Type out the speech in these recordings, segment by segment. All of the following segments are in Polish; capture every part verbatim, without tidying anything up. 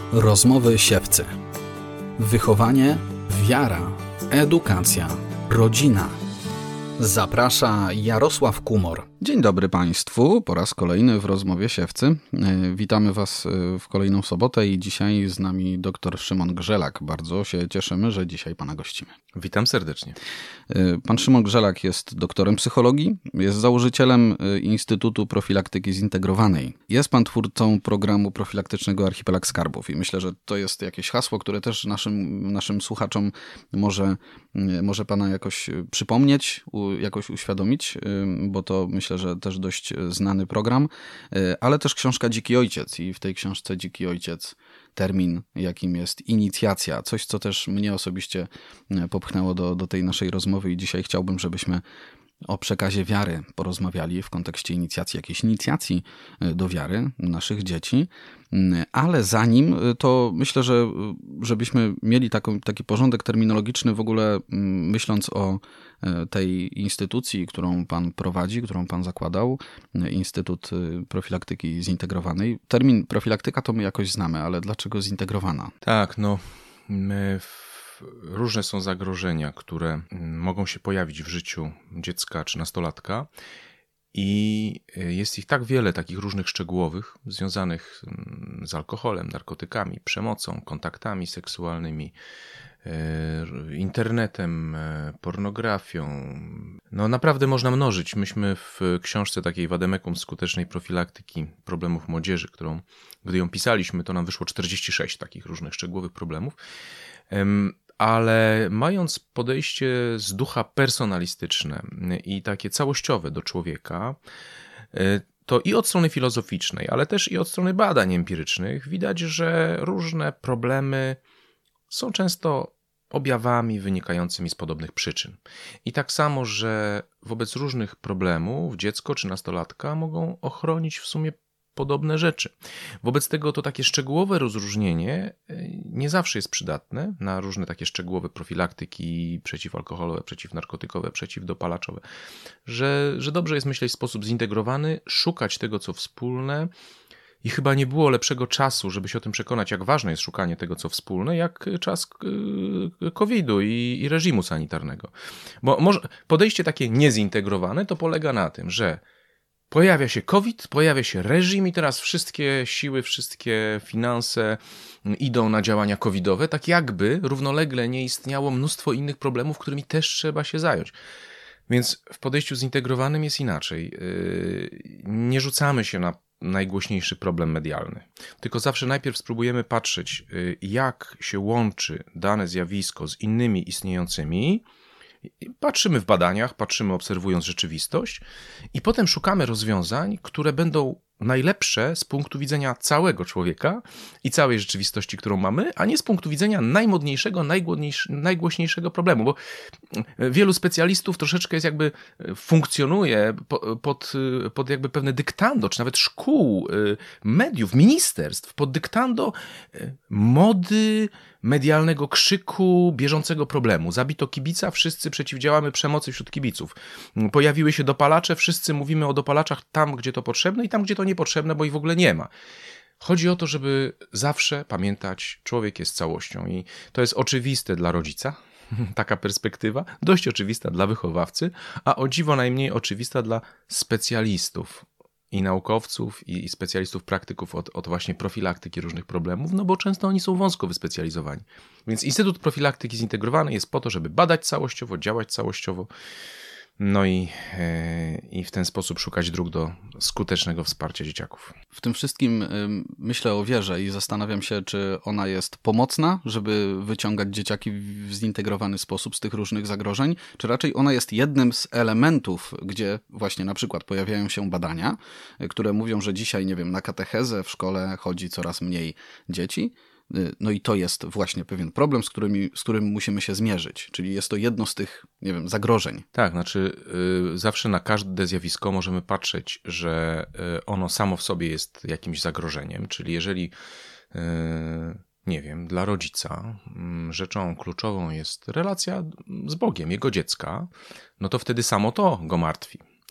Rozmowy siewcy. Wychowanie, wiara, edukacja, rodzina. Zaprasza Jarosław Kumor. Dzień dobry Państwu, po raz kolejny w Rozmowie Siewcy. Witamy Was w kolejną sobotę i dzisiaj z nami dr Szymon Grzelak. Bardzo się cieszymy, że dzisiaj Pana gościmy. Witam serdecznie. Pan Szymon Grzelak jest doktorem psychologii, jest założycielem Instytutu Profilaktyki Zintegrowanej. Jest Pan twórcą programu profilaktycznego Archipelag Skarbów i myślę, że to jest jakieś hasło, które też naszym, naszym słuchaczom może, może Pana jakoś przypomnieć, jakoś uświadomić, bo to myślę, że też dość znany program, ale też książka Dziki Ojciec i w tej książce Dziki Ojciec termin, jakim jest inicjacja. Coś, co też mnie osobiście popchnęło do, do tej naszej rozmowy i dzisiaj chciałbym, żebyśmy o przekazie wiary porozmawiali w kontekście inicjacji, jakiejś inicjacji do wiary naszych dzieci. Ale zanim, to myślę, że żebyśmy mieli taką, taki porządek terminologiczny w ogóle myśląc o tej instytucji, którą Pan prowadzi, którą Pan zakładał, Instytut Profilaktyki Zintegrowanej. Termin profilaktyka to my jakoś znamy, ale dlaczego zintegrowana? Tak, no my w... różne są zagrożenia, które mogą się pojawić w życiu dziecka czy nastolatka i jest ich tak wiele, takich różnych szczegółowych, związanych z alkoholem, narkotykami, przemocą, kontaktami seksualnymi, internetem, pornografią. No naprawdę można mnożyć. Myśmy w książce takiej Vademecum skutecznej profilaktyki problemów młodzieży, którą, gdy ją pisaliśmy, to nam wyszło czterdzieści sześć takich różnych szczegółowych problemów. Ale mając podejście z ducha personalistyczne i takie całościowe do człowieka, to i od strony filozoficznej, ale też i od strony badań empirycznych widać, że różne problemy są często objawami wynikającymi z podobnych przyczyn. I tak samo, że wobec różnych problemów dziecko czy nastolatka mogą ochronić w sumie podobne rzeczy. Wobec tego to takie szczegółowe rozróżnienie nie zawsze jest przydatne na różne takie szczegółowe profilaktyki przeciwalkoholowe, przeciwnarkotykowe, przeciwdopalaczowe, że, że dobrze jest myśleć w sposób zintegrowany, szukać tego, co wspólne. I chyba nie było lepszego czasu, żeby się o tym przekonać, jak ważne jest szukanie tego, co wspólne, jak czas kowida i, i reżimu sanitarnego. Bo może podejście takie niezintegrowane to polega na tym, że pojawia się COVID, pojawia się reżim i teraz wszystkie siły, wszystkie finanse idą na działania covidowe, tak jakby równolegle nie istniało mnóstwo innych problemów, którymi też trzeba się zająć. Więc w podejściu zintegrowanym jest inaczej. Nie rzucamy się na najgłośniejszy problem medialny, tylko zawsze najpierw spróbujemy patrzeć, jak się łączy dane zjawisko z innymi istniejącymi. Patrzymy w badaniach, patrzymy obserwując rzeczywistość i potem szukamy rozwiązań, które będą najlepsze z punktu widzenia całego człowieka i całej rzeczywistości, którą mamy, a nie z punktu widzenia najmodniejszego, najgłośniejszego problemu, bo wielu specjalistów troszeczkę jest jakby funkcjonuje pod, pod jakby pewne dyktando, czy nawet szkół, mediów, ministerstw, pod dyktando mody, medialnego krzyku, bieżącego problemu. Zabito kibica, wszyscy przeciwdziałamy przemocy wśród kibiców. Pojawiły się dopalacze, wszyscy mówimy o dopalaczach tam, gdzie to potrzebne i tam, gdzie to niepotrzebne, bo ich w ogóle nie ma. Chodzi o to, żeby zawsze pamiętać, człowiek jest całością i to jest oczywiste dla rodzica, taka perspektywa, dość oczywista dla wychowawcy, a o dziwo najmniej oczywista dla specjalistów i naukowców, i specjalistów, praktyków od, od właśnie profilaktyki różnych problemów, no bo często oni są wąsko wyspecjalizowani. Więc Instytut Profilaktyki Zintegrowanej jest po to, żeby badać całościowo, działać całościowo, no i, i w ten sposób szukać dróg do skutecznego wsparcia dzieciaków. W tym wszystkim myślę o wierze i zastanawiam się, czy ona jest pomocna, żeby wyciągać dzieciaki w zintegrowany sposób z tych różnych zagrożeń, czy raczej ona jest jednym z elementów, gdzie właśnie na przykład pojawiają się badania, które mówią, że dzisiaj, nie wiem, na katechezę w szkole chodzi coraz mniej dzieci. No i to jest właśnie pewien problem, z, którymi, z którym musimy się zmierzyć. Czyli jest to jedno z tych, nie wiem, zagrożeń. Tak, znaczy yy, zawsze na każde zjawisko możemy patrzeć, że yy, ono samo w sobie jest jakimś zagrożeniem. Czyli jeżeli, yy, nie wiem, dla rodzica yy, rzeczą kluczową jest relacja z Bogiem, jego dziecka, no to wtedy samo to go martwi.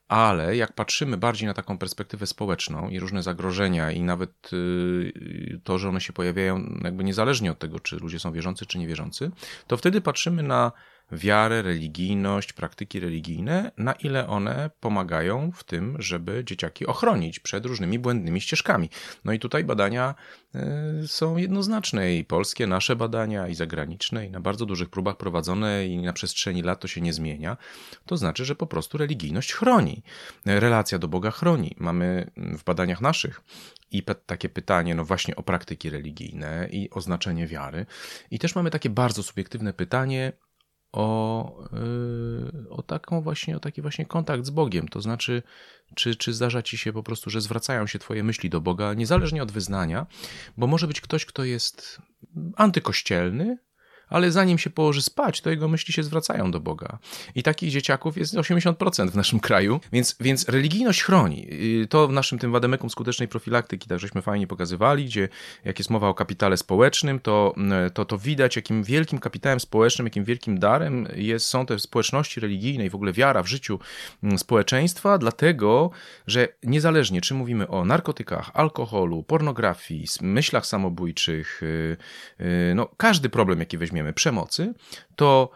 Ale jak patrzymy bardziej na taką perspektywę społeczną i różne zagrożenia i nawet to, że one się pojawiają jakby niezależnie od tego, czy ludzie są wierzący, czy niewierzący, to wtedy patrzymy na wiarę, religijność, praktyki religijne, na ile one pomagają w tym, żeby dzieciaki ochronić przed różnymi błędnymi ścieżkami. No i tutaj badania są jednoznaczne i polskie, nasze badania i zagraniczne i na bardzo dużych próbach prowadzone i na przestrzeni lat to się nie zmienia. To znaczy, że po prostu religijność chroni. Relacja do Boga chroni. Mamy w badaniach naszych i pe- takie pytanie, no właśnie o praktyki religijne i o znaczenie wiary. I też mamy takie bardzo subiektywne pytanie o, yy, o taką właśnie, o taki właśnie kontakt z Bogiem. To znaczy, czy, czy zdarza ci się po prostu, że zwracają się twoje myśli do Boga, niezależnie od wyznania, bo może być ktoś, kto jest antykościelny, ale zanim się położy spać, to jego myśli się zwracają do Boga. I takich dzieciaków jest osiemdziesiąt procent w naszym kraju, więc, więc religijność chroni. To w naszym tym wademekum skutecznej profilaktyki, tak żeśmy fajnie pokazywali, gdzie jak jest mowa o kapitale społecznym, to, to, to widać, jakim wielkim kapitałem społecznym, jakim wielkim darem jest, są te społeczności religijne i w ogóle wiara w życiu społeczeństwa, dlatego, że niezależnie, czy mówimy o narkotykach, alkoholu, pornografii, myślach samobójczych, no każdy problem, jaki weźmiemy, przemocy, to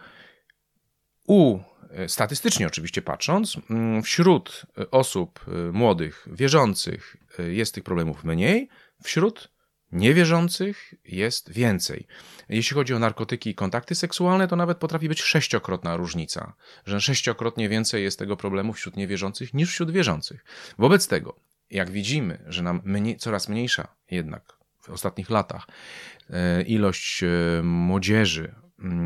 u, statystycznie oczywiście patrząc, wśród osób młodych, wierzących jest tych problemów mniej, wśród niewierzących jest więcej. Jeśli chodzi o narkotyki i kontakty seksualne, to nawet potrafi być sześciokrotna różnica, że sześciokrotnie więcej jest tego problemu wśród niewierzących niż wśród wierzących. Wobec tego, jak widzimy, że nam mniej, coraz mniejsza jednak w ostatnich latach ilość młodzieży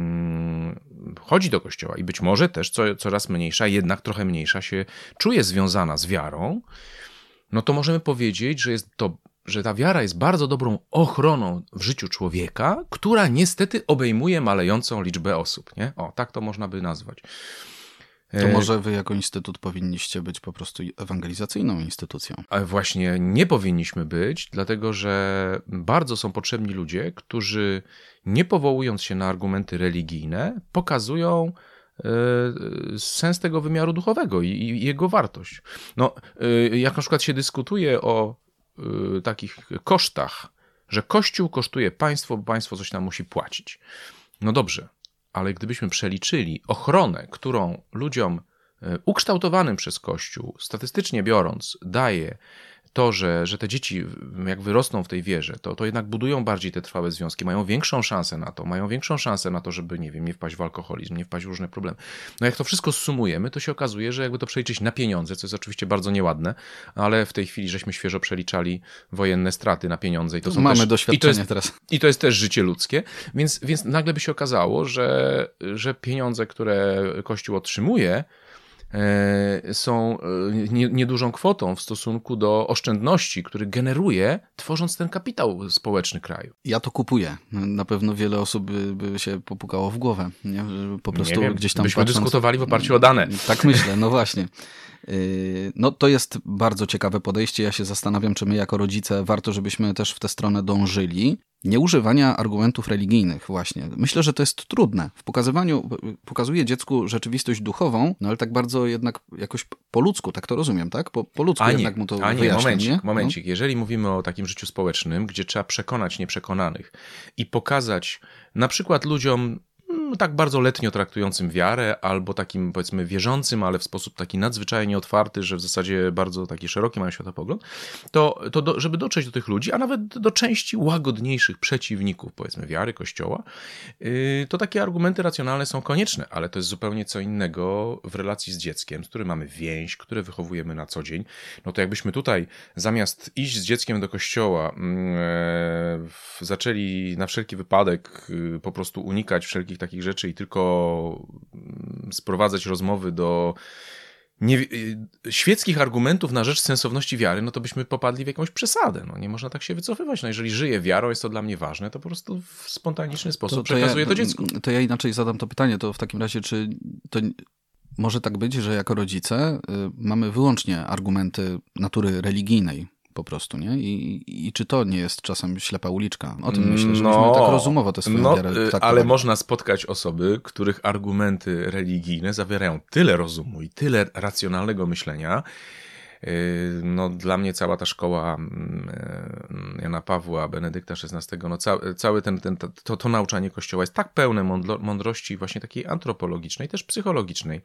chodzi do kościoła i być może też co, coraz mniejsza, jednak trochę mniejsza się czuje związana z wiarą, no to możemy powiedzieć, że jest to, że ta wiara jest bardzo dobrą ochroną w życiu człowieka, która niestety obejmuje malejącą liczbę osób, nie? O, tak to można by nazwać. To może wy jako instytut powinniście być po prostu ewangelizacyjną instytucją. Ale właśnie nie powinniśmy być, dlatego że bardzo są potrzebni ludzie, którzy nie powołując się na argumenty religijne, pokazują y, sens tego wymiaru duchowego i, i jego wartość. No, y, jak na przykład się dyskutuje o y, takich kosztach, że Kościół kosztuje państwo, bo państwo coś nam musi płacić. No dobrze. Ale gdybyśmy przeliczyli ochronę, którą ludziom ukształtowanym przez Kościół, statystycznie biorąc, daje to, że, że te dzieci jak wyrosną w tej wierze, to, to jednak budują bardziej te trwałe związki, mają większą szansę na to, mają większą szansę na to, żeby, nie wiem, nie wpaść w alkoholizm, nie wpaść w różne problemy. No jak to wszystko sumujemy, to się okazuje, że jakby to przeliczyć na pieniądze, co jest oczywiście bardzo nieładne, ale w tej chwili żeśmy świeżo przeliczali wojenne straty na pieniądze i to są Mamy też, doświadczenie i to jest, teraz. I to jest też życie ludzkie, więc, więc nagle by się okazało, że, że pieniądze, które Kościół otrzymuje, są niedużą kwotą w stosunku do oszczędności, który generuje, tworząc ten kapitał społeczny kraju. Ja to kupuję. Na pewno wiele osób by, by się popukało w głowę. Nie? Że po prostu nie wiem, gdzieś tam byśmy patrząc... dyskutowali w oparciu o dane. Tak myślę, no właśnie. No to jest bardzo ciekawe podejście. Ja się zastanawiam, czy my jako rodzice warto, żebyśmy też w tę stronę dążyli. Nieużywania argumentów religijnych właśnie. Myślę, że to jest trudne. W pokazywaniu, pokazuje dziecku rzeczywistość duchową, no ale tak bardzo jednak jakoś po ludzku, tak to rozumiem, tak? Po, po ludzku a nie, jednak mu to a nie, wyjaśniam, momencik, nie? momencik. No. Jeżeli mówimy o takim życiu społecznym, gdzie trzeba przekonać nieprzekonanych i pokazać na przykład ludziom tak bardzo letnio traktującym wiarę, albo takim powiedzmy wierzącym, ale w sposób taki nadzwyczajnie otwarty, że w zasadzie bardzo taki szeroki mają światopogląd, to, to do, żeby dotrzeć do tych ludzi, a nawet do części łagodniejszych przeciwników powiedzmy wiary, Kościoła, yy, to takie argumenty racjonalne są konieczne, ale to jest zupełnie co innego w relacji z dzieckiem, z którym mamy więź, które wychowujemy na co dzień. No to jakbyśmy tutaj zamiast iść z dzieckiem do kościoła yy, zaczęli na wszelki wypadek yy, po prostu unikać wszelkich takich rzeczy i tylko sprowadzać rozmowy do nie, świeckich argumentów na rzecz sensowności wiary, no to byśmy popadli w jakąś przesadę. No nie można tak się wycofywać. No jeżeli żyję wiarą, jest to dla mnie ważne, to po prostu w spontaniczny sposób to, to przekazuję ja, to dziecku. To ja inaczej zadam to pytanie, to w takim razie, czy to może tak być, że jako rodzice y, mamy wyłącznie argumenty natury religijnej po prostu, nie? I, i czy to nie jest czasem ślepa uliczka? O tym myślę, że No, myśmy tak rozumowo tę swoją no, wiarę traktowali. ale można spotkać osoby, których argumenty religijne zawierają tyle rozumu i tyle racjonalnego myślenia. No, dla mnie cała ta szkoła Jana Pawła, Benedykta szesnastego, no, ca, cały ten, ten, to, to nauczanie Kościoła jest tak pełne mądrości właśnie takiej antropologicznej, też psychologicznej,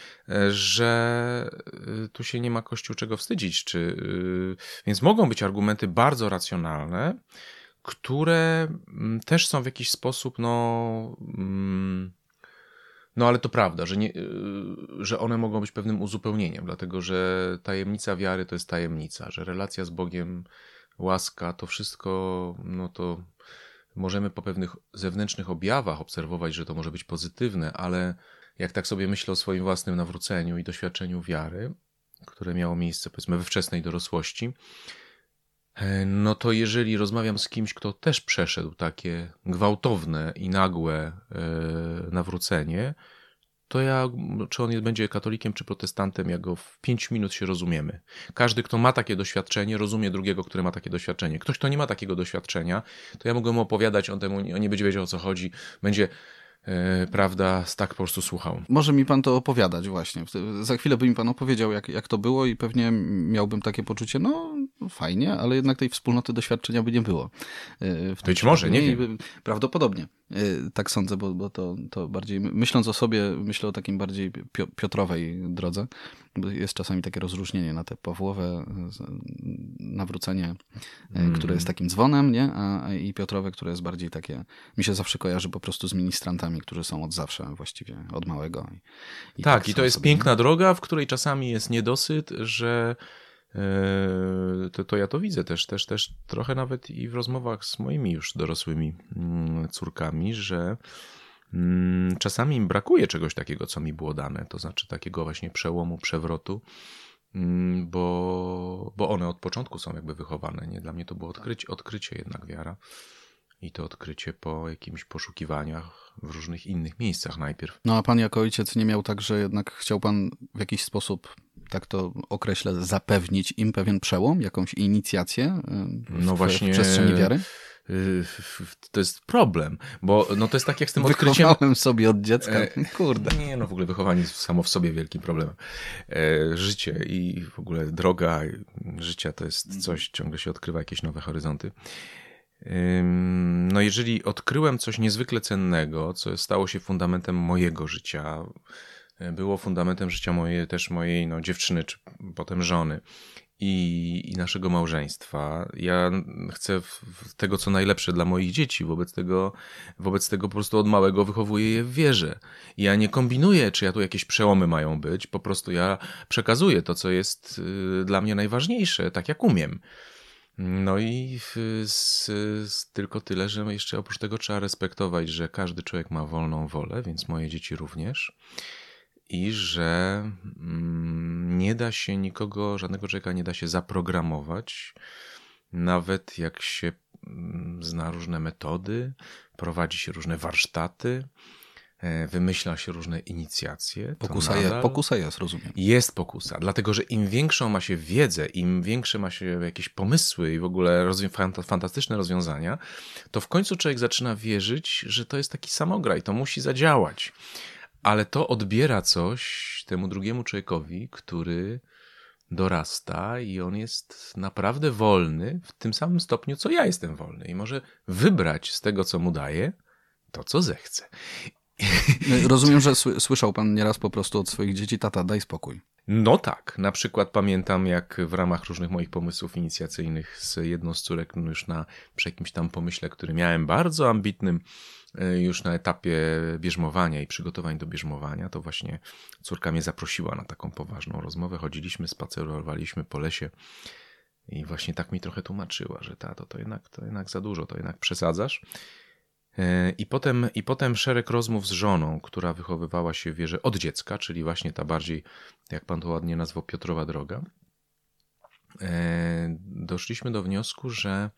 że tu się nie ma Kościół czego wstydzić. Czy, więc mogą być argumenty bardzo racjonalne, które też są w jakiś sposób, no, no ale to prawda, że, nie, że one mogą być pewnym uzupełnieniem, dlatego że tajemnica wiary to jest tajemnica, że relacja z Bogiem, łaska, to wszystko, no to możemy po pewnych zewnętrznych objawach obserwować, że to może być pozytywne, ale jak tak sobie myślę o swoim własnym nawróceniu i doświadczeniu wiary, które miało miejsce, powiedzmy, we wczesnej dorosłości, no to jeżeli rozmawiam z kimś, kto też przeszedł takie gwałtowne i nagłe nawrócenie, to ja, czy on będzie katolikiem, czy protestantem, jak go w pięć minut się rozumiemy. Każdy, kto ma takie doświadczenie, rozumie drugiego, który ma takie doświadczenie. Ktoś, kto nie ma takiego doświadczenia, to ja mogę mu opowiadać, on temu on nie będzie wiedział, o co chodzi, będzie Yy, prawda, tak po prostu słuchał. Może mi pan to opowiadać właśnie. Za chwilę by mi pan opowiedział, jak, jak to było i pewnie miałbym takie poczucie, no fajnie, ale jednak tej wspólnoty doświadczenia by nie było. Yy, w Być może, nie wiem. Prawdopodobnie. Yy, tak sądzę, bo, bo to, to bardziej, myśląc o sobie, myślę o takim bardziej Piotrowej drodze. Jest czasami takie rozróżnienie na te Pawłowe nawrócenie, mm. które jest takim dzwonem, nie? A, i Piotrowe, które jest bardziej takie, mi się zawsze kojarzy po prostu z ministrantami, którzy są od zawsze właściwie, od małego. I, i tak, tak i to jest sobie, piękna nie? droga, w której czasami jest niedosyt, że yy, to, to ja to widzę też, też, też trochę nawet i w rozmowach z moimi już dorosłymi yy, córkami, że czasami im brakuje czegoś takiego, co mi było dane, to znaczy takiego właśnie przełomu, przewrotu, bo, bo one od początku są jakby wychowane. Nie? Dla mnie to było odkrycie, odkrycie jednak wiara i to odkrycie po jakimś poszukiwaniach w różnych innych miejscach najpierw. No a pan jako ojciec nie miał tak, że jednak chciał pan w jakiś sposób, tak to określę, zapewnić im pewien przełom, jakąś inicjację w, no właśnie, w przestrzeni wiary? To jest problem, bo no to jest tak jak z tym odkryciem... Wychowałem sobie od dziecka, kurde. Nie, no w ogóle wychowanie jest samo w sobie wielkim problemem. E, życie i w ogóle droga życia to jest coś, ciągle się odkrywa jakieś nowe horyzonty. E, no jeżeli odkryłem coś niezwykle cennego, co stało się fundamentem mojego życia, było fundamentem życia mojej, też mojej no, dziewczyny, czy potem żony, I, i naszego małżeństwa. Ja chcę w, w tego, co najlepsze dla moich dzieci. Wobec tego, wobec tego po prostu od małego wychowuję je w wierze. I ja nie kombinuję, czy ja tu jakieś przełomy mają być. Po prostu ja przekazuję to, co jest y, dla mnie najważniejsze, tak jak umiem. No i w, z, z, tylko tyle, że jeszcze oprócz tego trzeba respektować, że każdy człowiek ma wolną wolę, więc moje dzieci również. I że mm, nie da się nikogo, żadnego człowieka nie da się zaprogramować, nawet jak się mm, zna różne metody, prowadzi się różne warsztaty, e, wymyśla się różne inicjacje. Pokusa, je, pokusa jest, rozumiem. Jest pokusa, dlatego że im większą ma się wiedzę, im większe ma się jakieś pomysły i w ogóle rozwi- fantastyczne rozwiązania, to w końcu człowiek zaczyna wierzyć, że to jest taki samograj, to musi zadziałać. Ale to odbiera coś temu drugiemu człowiekowi, który dorasta i on jest naprawdę wolny w tym samym stopniu, co ja jestem wolny. I może wybrać z tego, co mu daje, to, co zechce. Rozumiem, że słyszał pan nieraz po prostu od swoich dzieci: tata, daj spokój. No tak. Na przykład pamiętam, jak w ramach różnych moich pomysłów inicjacyjnych z jedną z córek, no już na, przy jakimś tam pomyśle, który miałem bardzo ambitnym, już na etapie bierzmowania i przygotowań do bierzmowania, to właśnie córka mnie zaprosiła na taką poważną rozmowę. Chodziliśmy, spacerowaliśmy po lesie i właśnie tak mi trochę tłumaczyła, że tato, to jednak, to jednak za dużo, to jednak przesadzasz. I potem, I potem szereg rozmów z żoną, która wychowywała się w wierze od dziecka, czyli właśnie ta bardziej, jak pan to ładnie nazwał, Piotrowa droga. Doszliśmy do wniosku, że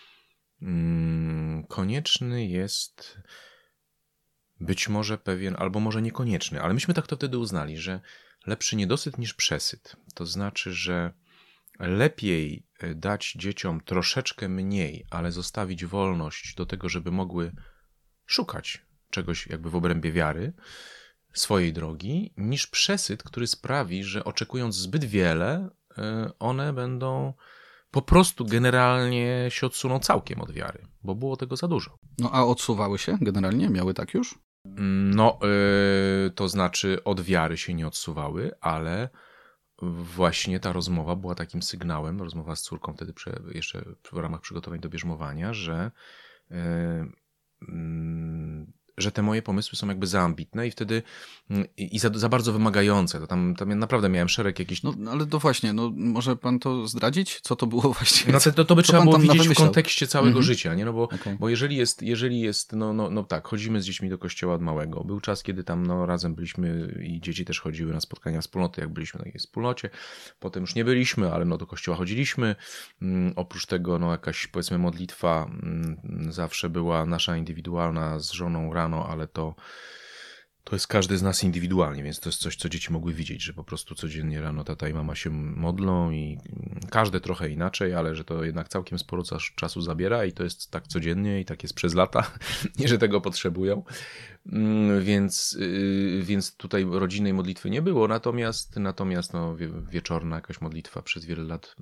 konieczny jest być może pewien, albo może niekonieczny, ale myśmy tak to wtedy uznali, że lepszy niedosyt niż przesyt. To znaczy, że lepiej dać dzieciom troszeczkę mniej, ale zostawić wolność do tego, żeby mogły szukać czegoś jakby w obrębie wiary, swojej drogi, niż przesyt, który sprawi, że oczekując zbyt wiele, one będą po prostu generalnie się odsuną całkiem od wiary, bo było tego za dużo. No a odsuwały się generalnie? Miały tak już? No, yy, to znaczy od wiary się nie odsuwały, ale właśnie ta rozmowa była takim sygnałem, rozmowa z córką wtedy prze, jeszcze w ramach przygotowań do bierzmowania, że yy, yy, że te moje pomysły są jakby za ambitne i wtedy i, i za, za bardzo wymagające. To tam, tam ja naprawdę miałem szereg jakichś... No ale to właśnie, no może pan to zdradzić? Co to było właściwie? No to, to, to by trzeba było widzieć w kontekście całego mm-hmm. życia, nie? No bo, okay. bo jeżeli jest, jeżeli jest no, no, no tak, chodzimy z dziećmi do kościoła od małego. Był czas, kiedy tam no, razem byliśmy i dzieci też chodziły na spotkania wspólnoty, jak byliśmy na takiej wspólnocie. Potem już nie byliśmy, ale no do kościoła chodziliśmy. Um, oprócz tego no jakaś powiedzmy modlitwa um, zawsze była nasza indywidualna z żoną rano, ale to To jest każdy z nas indywidualnie, więc to jest coś, co dzieci mogły widzieć, że po prostu codziennie rano tata i mama się modlą i każde trochę inaczej, ale że to jednak całkiem sporo czasu zabiera i to jest tak codziennie i tak jest przez lata, nie, że tego potrzebują. Więc, więc tutaj rodzinnej modlitwy nie było, natomiast, natomiast no, wieczorna jakaś modlitwa przez wiele lat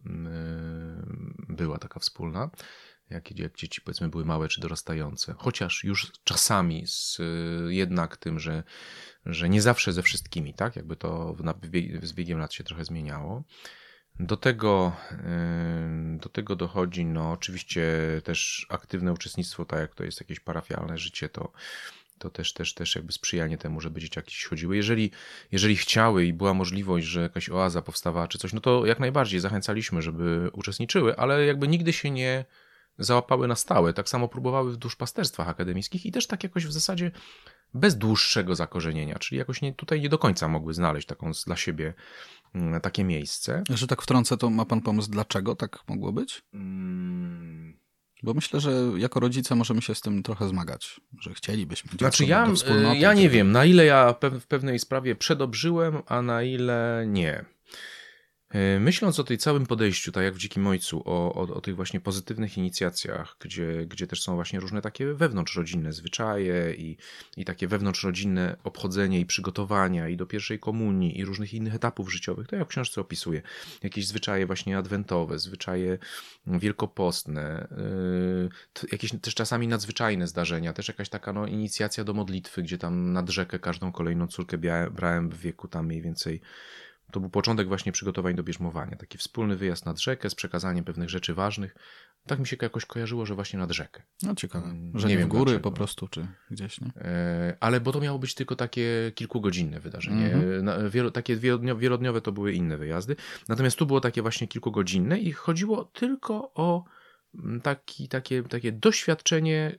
była taka wspólna. Jak, jak dzieci powiedzmy były małe czy dorastające. Chociaż już czasami z jednak tym, że, że nie zawsze ze wszystkimi, tak? Jakby to z biegiem lat się trochę zmieniało. Do tego, do tego dochodzi no oczywiście też aktywne uczestnictwo, tak jak to jest jakieś parafialne życie, to to też, też, też jakby sprzyjanie temu, żeby dzieciaki jakieś chodziły. Jeżeli, jeżeli chciały i była możliwość, że jakaś oaza powstawała czy coś, no to jak najbardziej zachęcaliśmy, żeby uczestniczyły, ale jakby nigdy się nie załapały na stałe. Tak samo próbowały w duszpasterstwach akademickich i też tak jakoś w zasadzie bez dłuższego zakorzenienia, czyli jakoś nie, tutaj nie do końca mogły znaleźć taką dla siebie takie miejsce. Że tak wtrącę, to ma pan pomysł, dlaczego tak mogło być? Hmm. Bo myślę, że jako rodzice możemy się z tym trochę zmagać, że chcielibyśmy. Znaczy ja, ja nie wiem, na ile ja w pewnej sprawie przedobrzyłem, a na ile nie. Myśląc o tej całym podejściu, tak jak w Dzikim Ojcu, o, o, o tych właśnie pozytywnych inicjacjach, gdzie, gdzie też są właśnie różne takie wewnątrzrodzinne zwyczaje i, i takie wewnątrzrodzinne obchodzenie i przygotowania i do pierwszej komunii i różnych innych etapów życiowych, to ja w książce opisuję. Jakieś zwyczaje właśnie adwentowe, zwyczaje wielkopostne, yy, jakieś też czasami nadzwyczajne zdarzenia, też jakaś taka no, inicjacja do modlitwy, gdzie tam nad rzekę każdą kolejną córkę brałem w wieku tam mniej więcej. To był początek właśnie przygotowań do bierzmowania. Taki wspólny wyjazd nad rzekę z przekazaniem pewnych rzeczy ważnych. Tak mi się jakoś kojarzyło, że właśnie nad rzekę. No ciekawe. Że nie, nie wiem w góry dlaczego. Po prostu, czy gdzieś, nie? E, ale bo to miało być tylko takie kilkugodzinne wydarzenie. Mm-hmm. Wielo, takie wielodniowe to były inne wyjazdy. Natomiast tu było takie właśnie kilkugodzinne i chodziło tylko o taki, takie, takie doświadczenie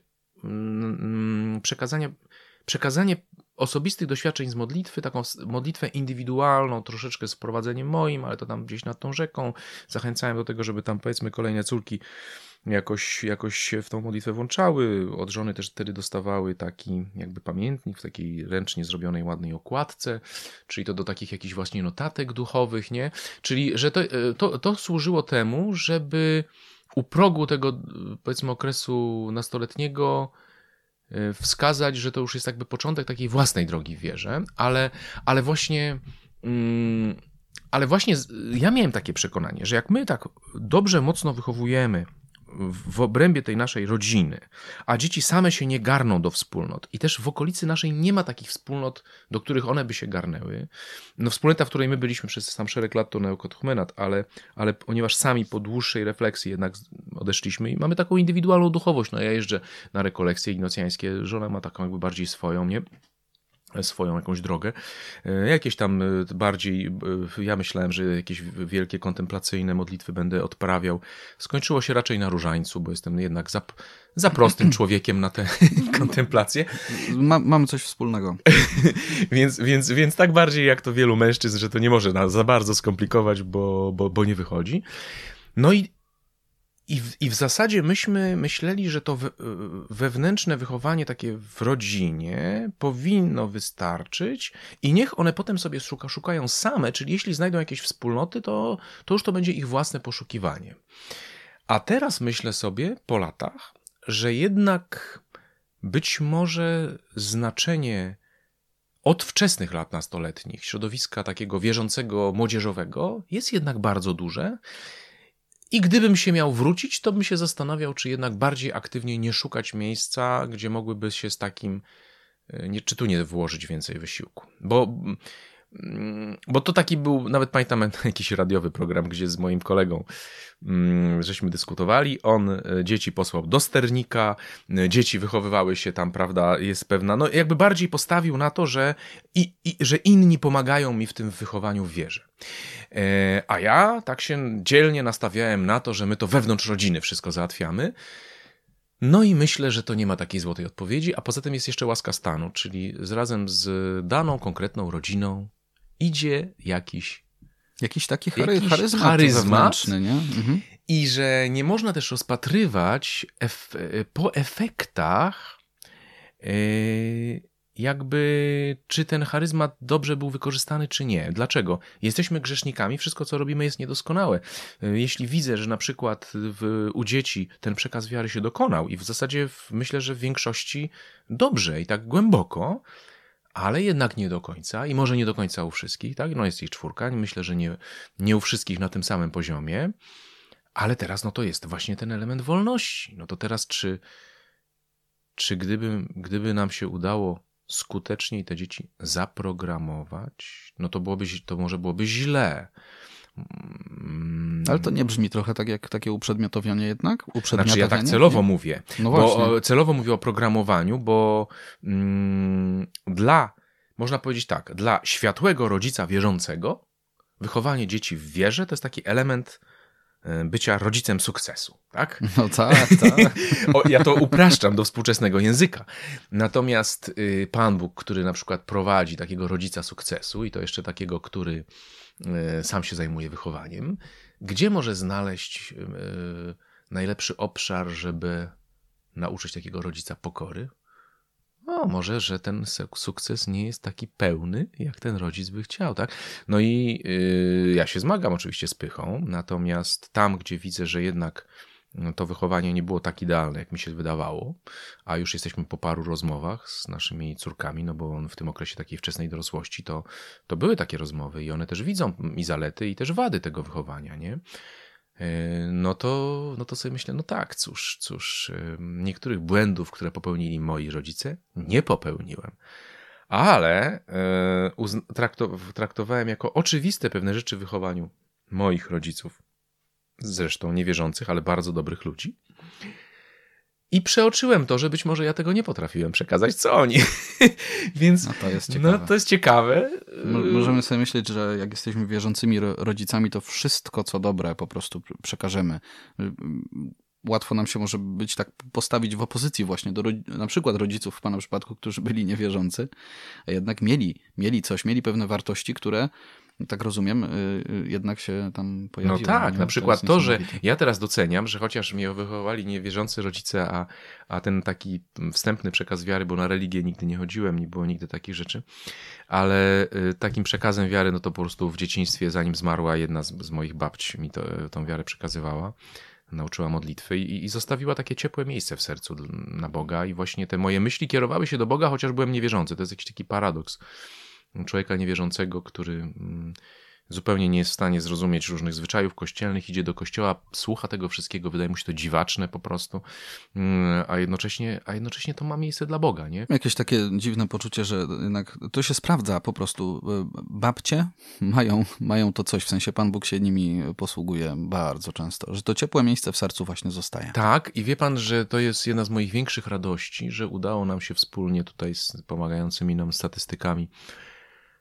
mm, przekazania, przekazanie osobistych doświadczeń z modlitwy, taką modlitwę indywidualną, troszeczkę z wprowadzeniem moim, ale to tam gdzieś nad tą rzeką. Zachęcałem do tego, żeby tam powiedzmy kolejne córki jakoś, jakoś się w tą modlitwę włączały. Od żony też wtedy dostawały taki jakby pamiętnik w takiej ręcznie zrobionej ładnej okładce, czyli to do takich jakichś właśnie notatek duchowych, nie? Czyli, że to, to, to służyło temu, żeby u progu tego powiedzmy okresu nastoletniego wskazać, że to już jest jakby początek takiej własnej drogi w wierze, ale, ale właśnie mm, ale właśnie ja miałem takie przekonanie, że jak my tak dobrze, mocno wychowujemy w obrębie tej naszej rodziny, a dzieci same się nie garną do wspólnot i też w okolicy naszej nie ma takich wspólnot, do których one by się garnęły. No wspólnota, w której my byliśmy przez sam szereg lat, to Neokatechumenat, ale, ale ponieważ sami po dłuższej refleksji jednak odeszliśmy i mamy taką indywidualną duchowość. No ja jeżdżę na rekolekcje ignocjańskie, żona ma taką jakby bardziej swoją, nie? swoją jakąś drogę. Jakieś tam bardziej, ja myślałem, że jakieś wielkie kontemplacyjne modlitwy będę odprawiał. Skończyło się raczej na różańcu, bo jestem jednak za, za prostym człowiekiem na te kontemplacje. Ma, mamy coś wspólnego. więc, więc, więc tak bardziej jak to wielu mężczyzn, że to nie może nas za bardzo skomplikować, bo, bo, bo nie wychodzi. No i I w, I w zasadzie myśmy myśleli, że to we, wewnętrzne wychowanie takie w rodzinie powinno wystarczyć i niech one potem sobie szuka, szukają same, czyli jeśli znajdą jakieś wspólnoty, to, to już to będzie ich własne poszukiwanie. A teraz myślę sobie po latach, że jednak być może znaczenie od wczesnych lat nastoletnich, środowiska takiego wierzącego, młodzieżowego jest jednak bardzo duże. I gdybym się miał wrócić, to bym się zastanawiał, czy jednak bardziej aktywnie nie szukać miejsca, gdzie mogłyby się z takim, nie, czy tu nie włożyć więcej wysiłku. Bo, bo to taki był, nawet pamiętam jakiś radiowy program, gdzie z moim kolegą żeśmy dyskutowali. On dzieci posłał do sternika, dzieci wychowywały się tam, prawda, jest pewna, no jakby bardziej postawił na to, że, i, i, że inni pomagają mi w tym wychowaniu w wierze. A ja tak się dzielnie nastawiałem na to, że my to wewnątrz rodziny wszystko załatwiamy. No i myślę, że to nie ma takiej złotej odpowiedzi, a poza tym jest jeszcze łaska stanu, czyli razem z daną konkretną rodziną idzie jakiś Jakiś taki chary, jakiś charyzmat, charyzmat wewnętrzny, nie? Mhm. I że nie można też rozpatrywać ef- po efektach yy, jakby czy ten charyzmat dobrze był wykorzystany, czy nie. Dlaczego? Jesteśmy grzesznikami, wszystko co robimy jest niedoskonałe. Jeśli widzę, że na przykład w, u dzieci ten przekaz wiary się dokonał i w zasadzie w, myślę, że w większości dobrze i tak głęboko, ale jednak nie do końca i może nie do końca u wszystkich, tak? No jest ich czwórka, myślę, że nie, nie u wszystkich na tym samym poziomie, ale teraz no to jest właśnie ten element wolności. No to teraz czy, czy gdyby, gdyby nam się udało skuteczniej te dzieci zaprogramować, no to byłoby, to może byłoby źle. Ale to nie brzmi trochę tak jak takie uprzedmiotowianie jednak? Uprzedmiotowianie? Znaczy ja tak celowo nie? mówię. No bo właśnie. celowo mówię o programowaniu, bo mm, dla, można powiedzieć tak, dla światłego rodzica wierzącego wychowanie dzieci w wierze to jest taki element bycia rodzicem sukcesu, tak? No tak, tak. o, ja to upraszczam do współczesnego języka. Natomiast y, Pan Bóg, który na przykład prowadzi takiego rodzica sukcesu i to jeszcze takiego, który y, sam się zajmuje wychowaniem, gdzie może znaleźć y, najlepszy obszar, żeby nauczyć takiego rodzica pokory? No, może, że ten sukces nie jest taki pełny, jak ten rodzic by chciał, tak? No i yy, ja się zmagam oczywiście z pychą, natomiast tam, gdzie widzę, że jednak no, to wychowanie nie było tak idealne, jak mi się wydawało, a już jesteśmy po paru rozmowach z naszymi córkami, no bo on w tym okresie takiej wczesnej dorosłości, to, to były takie rozmowy i one też widzą i zalety, i też wady tego wychowania, nie? No to, no to sobie myślę, no tak, cóż, cóż, niektórych błędów, które popełnili moi rodzice, nie popełniłem. Ale traktowałem jako oczywiste pewne rzeczy w wychowaniu moich rodziców, zresztą niewierzących, ale bardzo dobrych ludzi. I przeoczyłem to, że być może ja tego nie potrafiłem przekazać, co oni. Więc no to jest ciekawe. No to jest ciekawe. Możemy sobie myśleć, że jak jesteśmy wierzącymi rodzicami, to wszystko, co dobre, po prostu przekażemy. Łatwo nam się może być tak postawić w opozycji właśnie do na przykład rodziców w pana przypadku, którzy byli niewierzący, a jednak mieli, mieli coś, mieli pewne wartości, które, tak rozumiem, jednak się tam pojawiły. No tak, nie? na przykład to, to, że niesamowite. ja teraz doceniam, że chociaż mnie wychowali niewierzący rodzice, a, a ten taki wstępny przekaz wiary, bo na religię nigdy nie chodziłem, nie było nigdy takich rzeczy, ale takim przekazem wiary, no to po prostu w dzieciństwie, zanim zmarła, jedna z, z moich babci mi to, tą wiarę przekazywała. Nauczyła modlitwy i, i zostawiła takie ciepłe miejsce w sercu na Boga i właśnie te moje myśli kierowały się do Boga, chociaż byłem niewierzący. To jest jakiś taki paradoks człowieka niewierzącego, który mm, zupełnie nie jest w stanie zrozumieć różnych zwyczajów kościelnych, idzie do kościoła, słucha tego wszystkiego, wydaje mu się to dziwaczne po prostu, mm, a jednocześnie, a jednocześnie to ma miejsce dla Boga, nie? Jakieś takie dziwne poczucie, że jednak to się sprawdza po prostu. Babcie mają, mają to coś, w sensie Pan Bóg się nimi posługuje bardzo często, że to ciepłe miejsce w sercu właśnie zostaje. Tak, i wie pan, że to jest jedna z moich większych radości, że udało nam się wspólnie tutaj z pomagającymi nam statystykami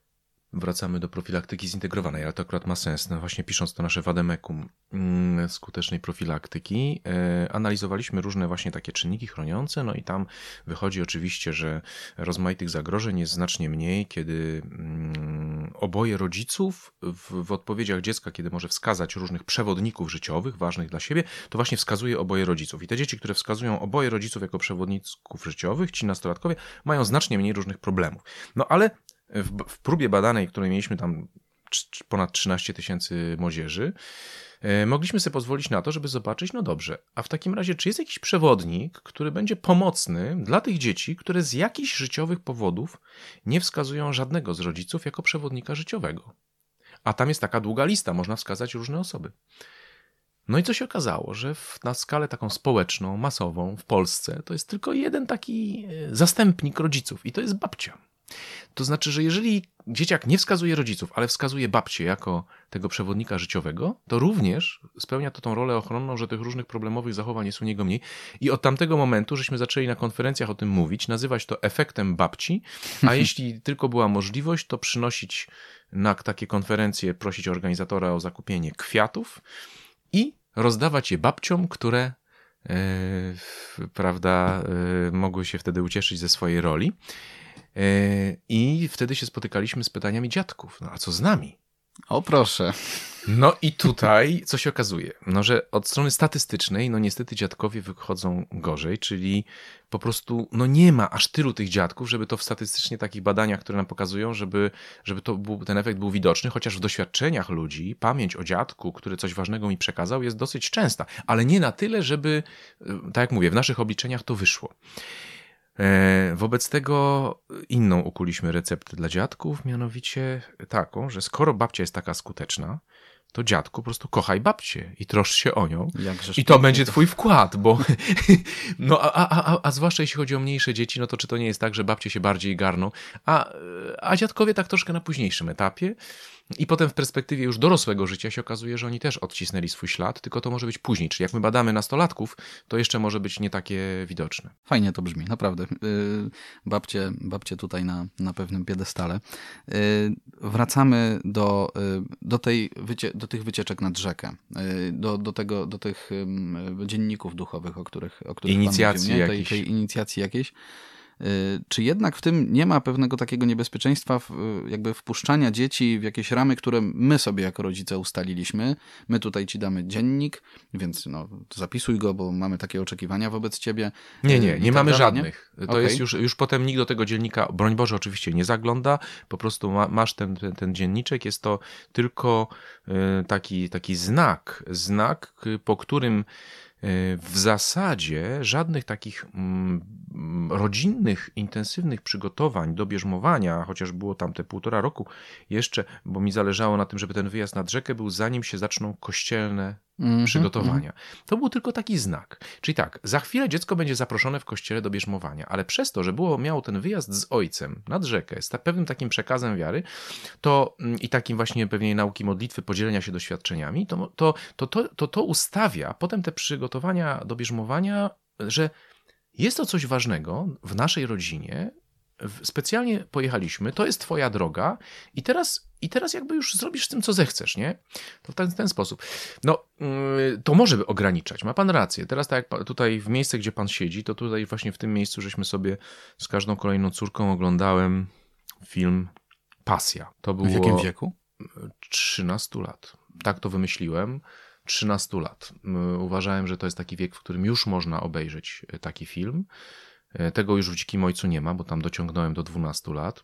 wracamy do profilaktyki zintegrowanej, ale to akurat ma sens. No właśnie pisząc to nasze wademekum mm, skutecznej profilaktyki, e, analizowaliśmy różne właśnie takie czynniki chroniące, no i tam wychodzi oczywiście, że rozmaitych zagrożeń jest znacznie mniej, kiedy mm, oboje rodziców w, w odpowiedziach dziecka, kiedy może wskazać różnych przewodników życiowych, ważnych dla siebie, to właśnie wskazuje oboje rodziców. I te dzieci, które wskazują oboje rodziców jako przewodników życiowych, ci nastolatkowie, mają znacznie mniej różnych problemów. No ale w, w próbie badanej, której mieliśmy tam ponad trzynaście tysięcy młodzieży, e, mogliśmy sobie pozwolić na to, żeby zobaczyć, no dobrze, a w takim razie, czy jest jakiś przewodnik, który będzie pomocny dla tych dzieci, które z jakichś życiowych powodów nie wskazują żadnego z rodziców jako przewodnika życiowego. A tam jest taka długa lista, można wskazać różne osoby. No i co się okazało, że w, na skalę taką społeczną, masową w Polsce to jest tylko jeden taki zastępnik rodziców i to jest babcia. To znaczy, że jeżeli dzieciak nie wskazuje rodziców, ale wskazuje babcię jako tego przewodnika życiowego, to również spełnia to tą rolę ochronną, że tych różnych problemowych zachowań jest u niego mniej. I od tamtego momentu, żeśmy zaczęli na konferencjach o tym mówić, nazywać to efektem babci, a jeśli tylko była możliwość, to przynosić na takie konferencje, prosić organizatora o zakupienie kwiatów i rozdawać je babciom, które yy, prawda, yy, mogły się wtedy ucieszyć ze swojej roli. I wtedy się spotykaliśmy z pytaniami dziadków. No a co z nami? O proszę. No i tutaj co się okazuje? No, że od strony statystycznej, no niestety dziadkowie wychodzą gorzej, czyli po prostu no nie ma aż tylu tych dziadków, żeby to w statystycznie takich badaniach, które nam pokazują, żeby, żeby to był, ten efekt był widoczny, chociaż w doświadczeniach ludzi pamięć o dziadku, który coś ważnego mi przekazał, jest dosyć częsta, ale nie na tyle, żeby, tak jak mówię, w naszych obliczeniach to wyszło. Wobec tego inną ukuliśmy receptę dla dziadków, mianowicie taką, że skoro babcia jest taka skuteczna, to dziadku po prostu kochaj babcię i troszcz się o nią. Jakżeż I to będzie twój wkład, bo no a, a, a, a zwłaszcza jeśli chodzi o mniejsze dzieci, no to czy to nie jest tak, że babcie się bardziej garną, a, a dziadkowie tak troszkę na późniejszym etapie i potem w perspektywie już dorosłego życia się okazuje, że oni też odcisnęli swój ślad, tylko to może być później. Czyli jak my badamy nastolatków, to jeszcze może być nie takie widoczne. Fajnie to brzmi, naprawdę. Babcie, babcie tutaj na, na pewnym piedestale. Wracamy do, do, tej, do tych wycieczek nad rzekę, do, do, tego, do tych dzienników duchowych, o których, o których inicjacji pan mówił, tej, tej inicjacji jakiejś. Czy jednak w tym nie ma pewnego takiego niebezpieczeństwa w, jakby wpuszczania dzieci w jakieś ramy, które my sobie jako rodzice ustaliliśmy? My tutaj ci damy dziennik, więc no, zapisuj go, bo mamy takie oczekiwania wobec ciebie. Nie, nie, nie tak mamy dalej, żadnych. Nie? To Okay. jest już, już potem nikt do tego dziennika, broń Boże, oczywiście nie zagląda, po prostu ma, masz ten, ten, ten dzienniczek, jest to tylko taki, taki znak, znak, po którym w zasadzie żadnych takich rodzinnych, intensywnych przygotowań do bierzmowania, chociaż było tam te półtora roku jeszcze, bo mi zależało na tym, żeby ten wyjazd nad rzekę był zanim się zaczną kościelne mm-hmm, przygotowania. Mm-hmm. To był tylko taki znak. Czyli tak, za chwilę dziecko będzie zaproszone w kościele do bierzmowania, ale przez to, że było, miało ten wyjazd z ojcem nad rzekę, z ta, pewnym takim przekazem wiary, to i takim właśnie pewnej nauki modlitwy, podzielenia się doświadczeniami, to to, to, to, to, to ustawia potem te przygotowania do bierzmowania, że jest to coś ważnego w naszej rodzinie, specjalnie pojechaliśmy, to jest twoja droga i teraz, i teraz jakby już zrobisz z tym, co zechcesz, nie? To w ten, ten sposób. No, to może ograniczać, ma pan rację. Teraz tak jak tutaj w miejsce, gdzie pan siedzi, to tutaj właśnie w tym miejscu, żeśmy sobie z każdą kolejną córką oglądałem film Pasja. To było w jakim wieku? trzynaście lat. Tak to wymyśliłem. trzynaście lat. Uważałem, że to jest taki wiek, w którym już można obejrzeć taki film. Tego już w Dzikim Ojcu nie ma, bo tam dociągnąłem do dwunastu lat.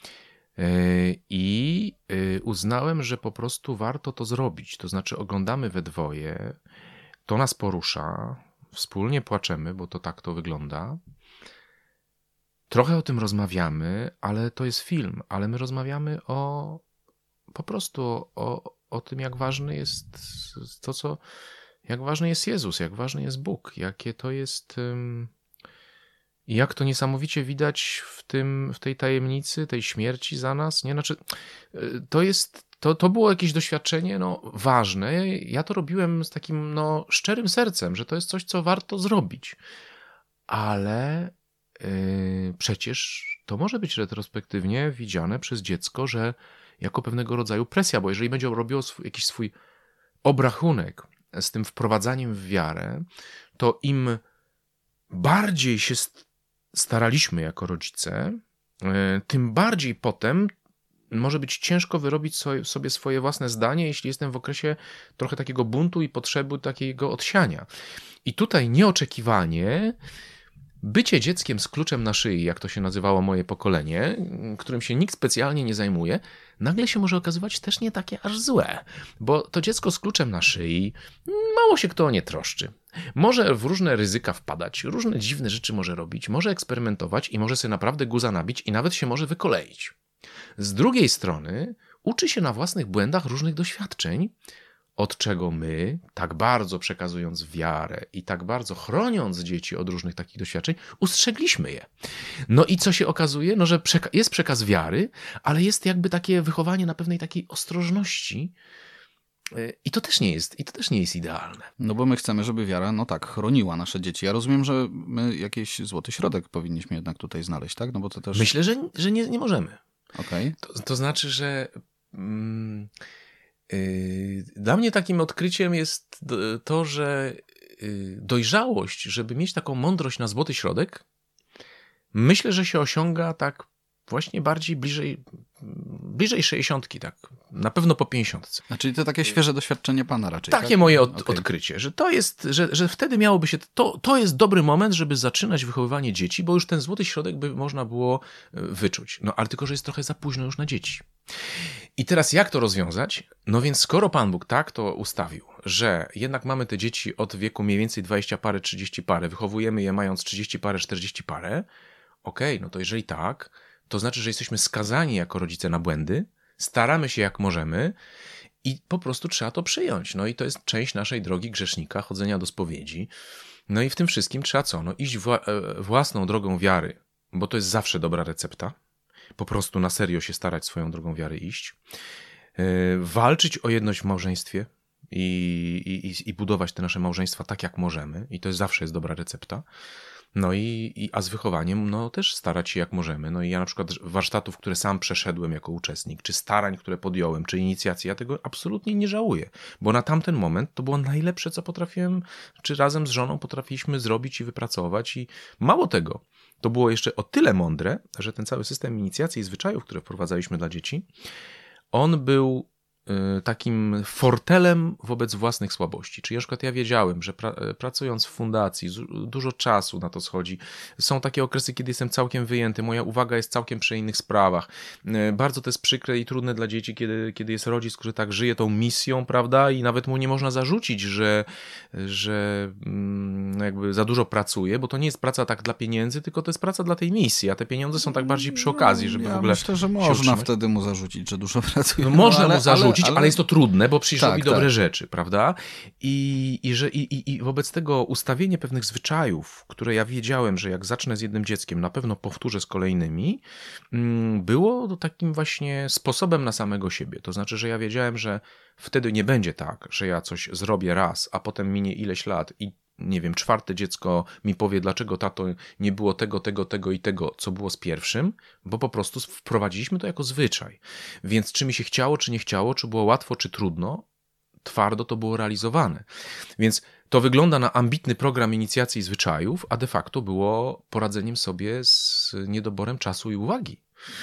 I uznałem, że po prostu warto to zrobić. To znaczy oglądamy we dwoje, to nas porusza, wspólnie płaczemy, bo to tak to wygląda. Trochę o tym rozmawiamy, ale to jest film, ale my rozmawiamy o po prostu o, o tym, jak ważny jest to, co, jak ważny jest Jezus, jak ważny jest Bóg, jakie to jest, jak to niesamowicie widać w tym, w tej tajemnicy, tej śmierci za nas, nie? Znaczy, to jest, to, to było jakieś doświadczenie, no, ważne. Ja to robiłem z takim, no, szczerym sercem, że to jest coś, co warto zrobić. Ale yy, przecież to może być retrospektywnie widziane przez dziecko, że jako pewnego rodzaju presja, bo jeżeli będzie robiło swój, jakiś swój obrachunek z tym wprowadzaniem w wiarę, to im bardziej się staraliśmy jako rodzice, tym bardziej potem może być ciężko wyrobić sobie swoje własne zdanie, jeśli jestem w okresie trochę takiego buntu i potrzeby takiego odsiania. I tutaj nieoczekiwanie bycie dzieckiem z kluczem na szyi, jak to się nazywało moje pokolenie, którym się nikt specjalnie nie zajmuje, nagle się może okazywać też nie takie aż złe. Bo to dziecko z kluczem na szyi, mało się kto o nie troszczy. Może w różne ryzyka wpadać, różne dziwne rzeczy może robić, może eksperymentować i może sobie naprawdę guza nabić i nawet się może wykoleić. Z drugiej strony uczy się na własnych błędach różnych doświadczeń, od czego my, tak bardzo przekazując wiarę i tak bardzo chroniąc dzieci od różnych takich doświadczeń, ustrzegliśmy je. No i co się okazuje? No, że przeka- jest przekaz wiary, ale jest jakby takie wychowanie na pewnej takiej ostrożności i to też nie jest, i to też nie jest idealne. No bo my chcemy, żeby wiara, no tak, chroniła nasze dzieci. Ja rozumiem, że my jakiś złoty środek powinniśmy jednak tutaj znaleźć, tak? No bo to też... Myślę, że, że nie, nie możemy. Okej. To, to znaczy, że... Mm, Dla mnie takim odkryciem jest to, że dojrzałość, żeby mieć taką mądrość na złoty środek, myślę, że się osiąga tak właśnie bardziej bliżej, bliżej sześćdziesiątki, tak. Na pewno po pięćdziesiątce. A czyli to takie świeże doświadczenie pana raczej, Takie tak? moje od, Okay. odkrycie, że to jest, że, że wtedy miałoby się, to, to jest dobry moment, żeby zaczynać wychowywanie dzieci, bo już ten złoty środek by można było wyczuć. No ale tylko, że jest trochę za późno już na dzieci. I teraz jak to rozwiązać? No więc skoro Pan Bóg tak to ustawił, że jednak mamy te dzieci od wieku mniej więcej dwadzieścia parę, trzydzieści parę, wychowujemy je mając trzydzieści parę, czterdzieści parę, okej, okay, no to jeżeli tak, to znaczy, że jesteśmy skazani jako rodzice na błędy, staramy się jak możemy i po prostu trzeba to przyjąć. No i to jest część naszej drogi grzesznika, chodzenia do spowiedzi. No i w tym wszystkim trzeba co? No iść wła- własną drogą wiary, bo to jest zawsze dobra recepta. Po prostu na serio się starać swoją drogą wiary iść. Yy, walczyć o jedność w małżeństwie i, i, i budować te nasze małżeństwa tak jak możemy. I to jest zawsze jest dobra recepta. No i, i a z wychowaniem no też starać się jak możemy. No i ja na przykład warsztatów, które sam przeszedłem jako uczestnik, czy starań, które podjąłem, czy inicjacji, ja tego absolutnie nie żałuję, bo na tamten moment to było najlepsze, co potrafiłem, czy razem z żoną potrafiliśmy zrobić i wypracować i mało tego, to było jeszcze o tyle mądre, że ten cały system inicjacji i zwyczajów, które wprowadzaliśmy dla dzieci, on był takim fortelem wobec własnych słabości. Czyli na przykład ja wiedziałem, że pra- pracując w fundacji, dużo czasu na to schodzi. Są takie okresy, kiedy jestem całkiem wyjęty, moja uwaga jest całkiem przy innych sprawach. Bardzo to jest przykre i trudne dla dzieci, kiedy, kiedy jest rodzic, który tak żyje tą misją, prawda, i nawet mu nie można zarzucić, że, że no jakby za dużo pracuje, bo to nie jest praca tak dla pieniędzy, tylko to jest praca dla tej misji, a te pieniądze są tak bardziej przy okazji, żeby ja w ogóle myślę, że można wtedy mu zarzucić, że dużo pracuje. No, można ale, mu zarzucić, ale, ale, ale jest to trudne, bo przecież tak, robi dobre tak. rzeczy, prawda? I, i, że, i, I wobec tego ustawienie pewnych zwyczajów, które ja wiedziałem, że jak zacznę z jednym dzieckiem, na pewno powtórzę z kolejnymi, było takim właśnie sposobem na samego siebie. To znaczy, że ja wiedziałem, że wtedy nie będzie tak, że ja coś zrobię raz, a potem minie ileś lat i nie wiem, czwarte dziecko mi powie, dlaczego tato nie było tego, tego, tego i tego, co było z pierwszym, bo po prostu wprowadziliśmy to jako zwyczaj. Więc czy mi się chciało, czy nie chciało, czy było łatwo, czy trudno, twardo to było realizowane. Więc to wygląda na ambitny program inicjacji zwyczajów, a de facto było poradzeniem sobie z niedoborem czasu i uwagi.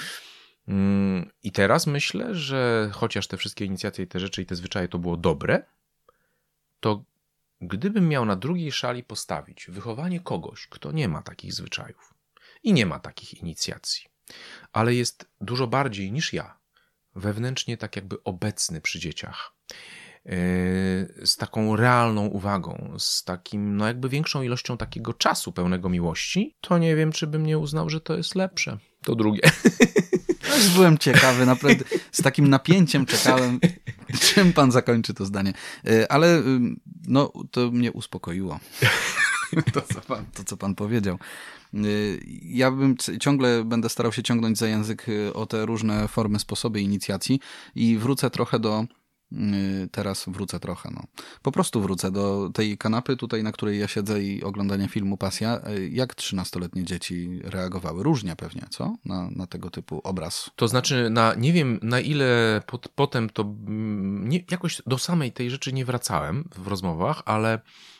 I teraz myślę, że chociaż te wszystkie inicjacje i te rzeczy i te zwyczaje to było dobre, to gdybym miał na drugiej szali postawić wychowanie kogoś, kto nie ma takich zwyczajów i nie ma takich inicjacji, ale jest dużo bardziej niż ja, wewnętrznie tak jakby obecny przy dzieciach, yy, z taką realną uwagą, z takim, no jakby większą ilością takiego czasu pełnego miłości, to nie wiem, czy bym nie uznał, że to jest lepsze. To drugie. Też byłem ciekawy, naprawdę z takim napięciem czekałem, czym pan zakończy to zdanie. Ale no, to mnie uspokoiło, to co pan, to, co pan powiedział. Ja bym ciągle będę starał się ciągnąć za język o te różne formy, sposoby inicjacji i wrócę trochę do teraz wrócę trochę. No. Po prostu wrócę do tej kanapy tutaj, na której ja siedzę i oglądania filmu Pasja. Jak trzynastoletnie dzieci reagowały? Różnie pewnie, co? Na, na tego typu obraz. To znaczy, na, nie wiem na ile pot, potem to nie, jakoś do samej tej rzeczy nie wracałem w rozmowach, ale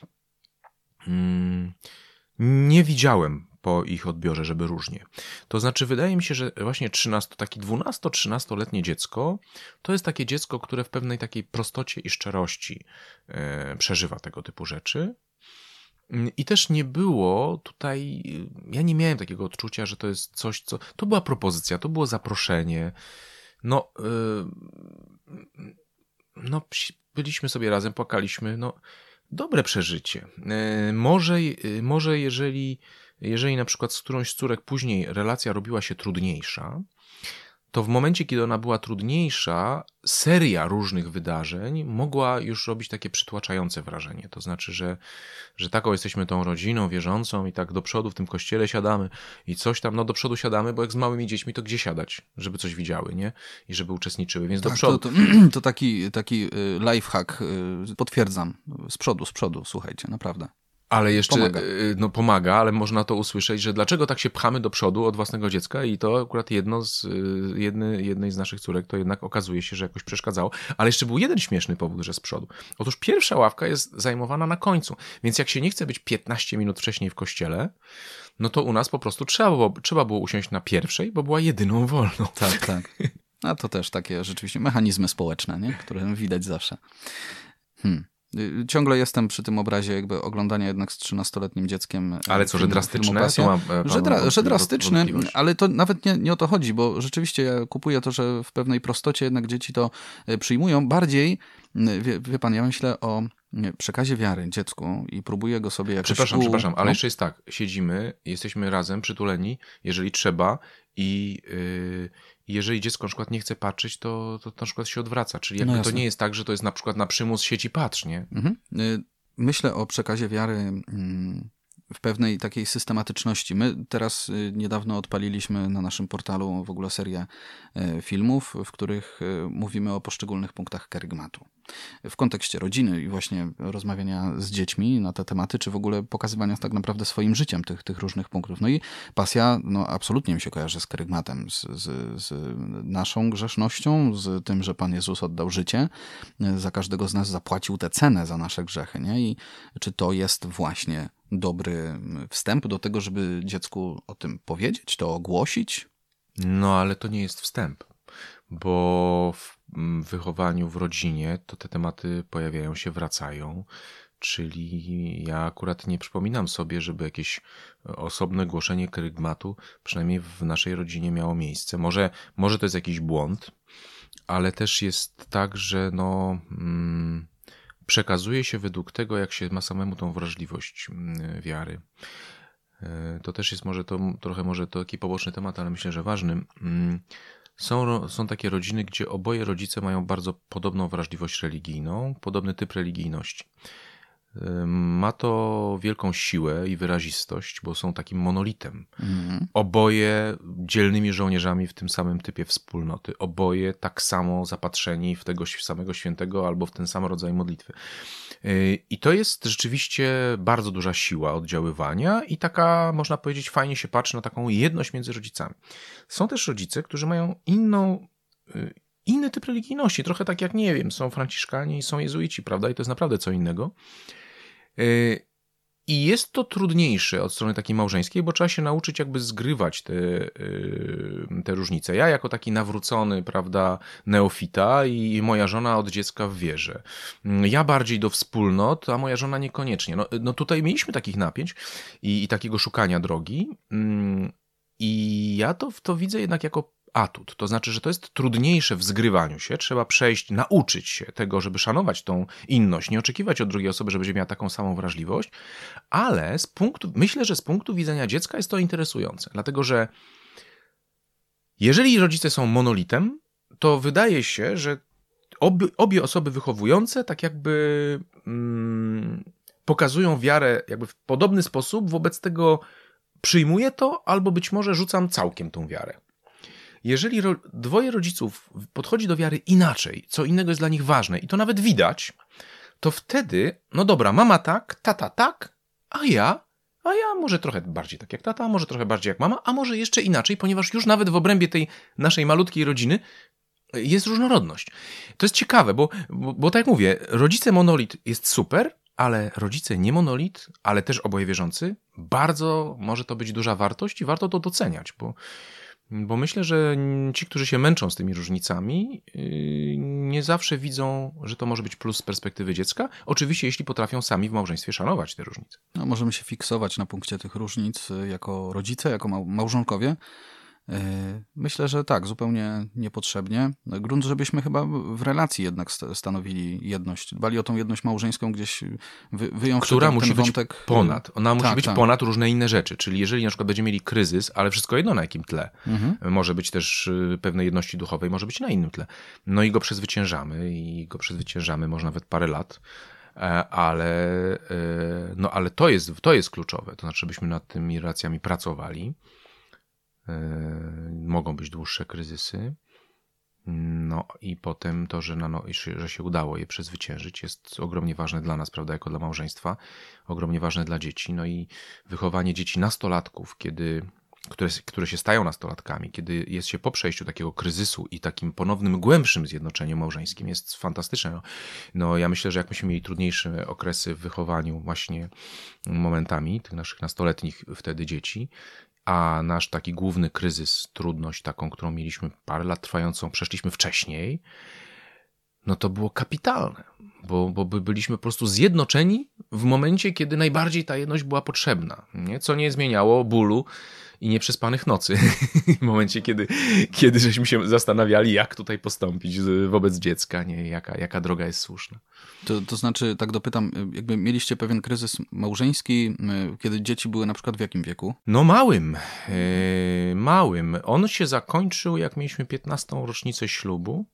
mm, nie widziałem po ich odbiorze, żeby różnie. To znaczy, wydaje mi się, że właśnie trzynasto, taki dwunasto-trzynastoletnie dziecko to jest takie dziecko, które w pewnej takiej prostocie i szczerości e, przeżywa tego typu rzeczy. I też nie było tutaj, ja nie miałem takiego odczucia, że to jest coś, co... To była propozycja, to było zaproszenie. No, yy, no byliśmy sobie razem, płakaliśmy, no dobre przeżycie. Yy, może, yy, może jeżeli, jeżeli na przykład z którąś z córek później relacja robiła się trudniejsza, to w momencie, kiedy ona była trudniejsza, seria różnych wydarzeń mogła już robić takie przytłaczające wrażenie. To znaczy, że, że taką jesteśmy tą rodziną wierzącą i tak do przodu w tym kościele siadamy i coś tam, no do przodu siadamy, bo jak z małymi dziećmi, to gdzie siadać, żeby coś widziały, nie? I żeby uczestniczyły, więc tak, do przodu. To, to, to taki, taki lifehack, potwierdzam, z przodu, z przodu, słuchajcie, naprawdę. Ale jeszcze pomaga. No pomaga, ale można to usłyszeć, że dlaczego tak się pchamy do przodu od własnego dziecka i to akurat jedno z, jedny, jednej z naszych córek to jednak okazuje się, że jakoś przeszkadzało. Ale jeszcze był jeden śmieszny powód, że z przodu. Otóż pierwsza ławka jest zajmowana na końcu, więc jak się nie chce być piętnaście minut wcześniej w kościele, no to u nas po prostu trzeba było, trzeba było usiąść na pierwszej, bo była jedyną wolną. Tak, tak. A to też takie rzeczywiście mechanizmy społeczne, nie? Które widać zawsze. Hmm. Ciągle jestem przy tym obrazie jakby oglądania jednak z trzynastoletnim dzieckiem. Ale co, że drastyczne? To mam, że, dra, że drastyczny, ale to nawet nie, nie o to chodzi, bo rzeczywiście ja kupuję to, że w pewnej prostocie jednak dzieci to przyjmują. Bardziej, wie, wie pan, ja myślę o przekazie wiary dziecku i próbuję go sobie jakoś... Przepraszam, u... przepraszam, ale no? jeszcze jest tak, siedzimy, jesteśmy razem, przytuleni, jeżeli trzeba i yy, jeżeli dziecko na przykład nie chce patrzeć, to, to, to na przykład się odwraca, czyli jakby no to nie jest tak, że to jest na przykład na przymus sieci patrz, nie? Mhm. Myślę o przekazie wiary w pewnej takiej systematyczności. My teraz niedawno odpaliliśmy na naszym portalu w ogóle serię filmów, w których mówimy o poszczególnych punktach kerygmatu. W kontekście rodziny i właśnie rozmawiania z dziećmi na te tematy, czy w ogóle pokazywania tak naprawdę swoim życiem tych, tych różnych punktów. No i pasja no, absolutnie mi się kojarzy z kerygmatem, z, z, z naszą grzesznością, z tym, że Pan Jezus oddał życie, za każdego z nas zapłacił tę cenę za nasze grzechy. Nie? I czy to jest właśnie dobry wstęp do tego, żeby dziecku o tym powiedzieć, to ogłosić? No, ale to nie jest wstęp, bo w wychowaniu w rodzinie to te tematy pojawiają się, wracają, czyli ja akurat nie przypominam sobie, żeby jakieś osobne głoszenie kerygmatu przynajmniej w naszej rodzinie miało miejsce. Może, może to jest jakiś błąd, ale też jest tak, że no... Mm, przekazuje się według tego, jak się ma samemu tą wrażliwość wiary. To też jest może to trochę może to taki poboczny temat, ale myślę, że ważny. Są, są takie rodziny, gdzie oboje rodzice mają bardzo podobną wrażliwość religijną, podobny typ religijności. Ma to wielką siłę i wyrazistość, bo są takim monolitem. Mm. Oboje dzielnymi żołnierzami w tym samym typie wspólnoty. Oboje tak samo zapatrzeni w tego samego świętego albo w ten sam rodzaj modlitwy. I to jest rzeczywiście bardzo duża siła oddziaływania i taka, można powiedzieć, fajnie się patrzy na taką jedność między rodzicami. Są też rodzice, którzy mają inną... inny typ religijności, trochę tak jak, nie wiem, są franciszkanie i są jezuici, prawda? I to jest naprawdę co innego. I jest to trudniejsze od strony takiej małżeńskiej, bo trzeba się nauczyć jakby zgrywać te, te różnice. Ja jako taki nawrócony, prawda, neofita i moja żona od dziecka w wierze. Ja bardziej do wspólnot, a moja żona niekoniecznie. No, no tutaj mieliśmy takich napięć i, i takiego szukania drogi i ja to, to widzę jednak jako atut. To znaczy, że to jest trudniejsze w zgrywaniu się. Trzeba przejść, nauczyć się tego, żeby szanować tą inność, nie oczekiwać od drugiej osoby, że będzie miała taką samą wrażliwość, ale z punktu, myślę, że z punktu widzenia dziecka jest to interesujące, dlatego że jeżeli rodzice są monolitem, to wydaje się, że obie, obie osoby wychowujące tak jakby mm, pokazują wiarę jakby w podobny sposób, wobec tego przyjmuję to, albo być może rzucam całkiem tą wiarę. jeżeli ro, dwoje rodziców podchodzi do wiary inaczej, co innego jest dla nich ważne i to nawet widać, to wtedy, no dobra, mama tak, tata tak, a ja, a ja może trochę bardziej tak jak tata, może trochę bardziej jak mama, a może jeszcze inaczej, ponieważ już nawet w obrębie tej naszej malutkiej rodziny jest różnorodność. To jest ciekawe, bo, bo, bo tak jak mówię, rodzice monolit jest super, ale rodzice nie monolit, ale też oboje wierzący, bardzo może to być duża wartość i warto to doceniać, bo, bo myślę, że ci, którzy się męczą z tymi różnicami, nie zawsze widzą, że to może być plus z perspektywy dziecka. Oczywiście, jeśli potrafią sami w małżeństwie szanować te różnice. No, możemy się fiksować na punkcie tych różnic jako rodzice, jako mał- małżonkowie. Myślę, że tak, zupełnie niepotrzebnie. Grunt, żebyśmy chyba w relacji jednak stanowili jedność, dbali o tą jedność małżeńską gdzieś wy, wyjąwszy Która ten, musi ten być wątek... ponad. Ona tak, musi być tak. ponad różne inne rzeczy. Czyli jeżeli na przykład będziemy mieli kryzys, ale wszystko jedno na jakim tle, mhm. może być też pewnej jedności duchowej, może być na innym tle. No i go przezwyciężamy i go przezwyciężamy może nawet parę lat. Ale, no, ale to jest, to jest kluczowe. To znaczy, żebyśmy nad tymi relacjami pracowali. Mogą być dłuższe kryzysy. No i potem to, że, no, że się udało je przezwyciężyć, jest ogromnie ważne dla nas, prawda, jako dla małżeństwa, ogromnie ważne dla dzieci. No i wychowanie dzieci nastolatków, kiedy, które, które się stają nastolatkami, kiedy jest się po przejściu takiego kryzysu i takim ponownym, głębszym zjednoczeniu małżeńskim, jest fantastyczne. No, no ja myślę, że jak myśmy mieli trudniejsze okresy w wychowaniu właśnie momentami tych naszych nastoletnich wtedy dzieci, a nasz taki główny kryzys, trudność taką, którą mieliśmy parę lat trwającą, przeszliśmy wcześniej, no to było kapitalne, bo, bo byliśmy po prostu zjednoczeni w momencie, kiedy najbardziej ta jedność była potrzebna, nie? Co nie zmieniało bólu i nieprzespanych nocy. W momencie, kiedy, kiedy żeśmy się zastanawiali, jak tutaj postąpić wobec dziecka, nie? Jaka, jaka droga jest słuszna. To, to znaczy, tak dopytam, jakby mieliście pewien kryzys małżeński, kiedy dzieci były na przykład w jakim wieku? No małym, yy, małym. On się zakończył, jak mieliśmy piętnastą rocznicę ślubu,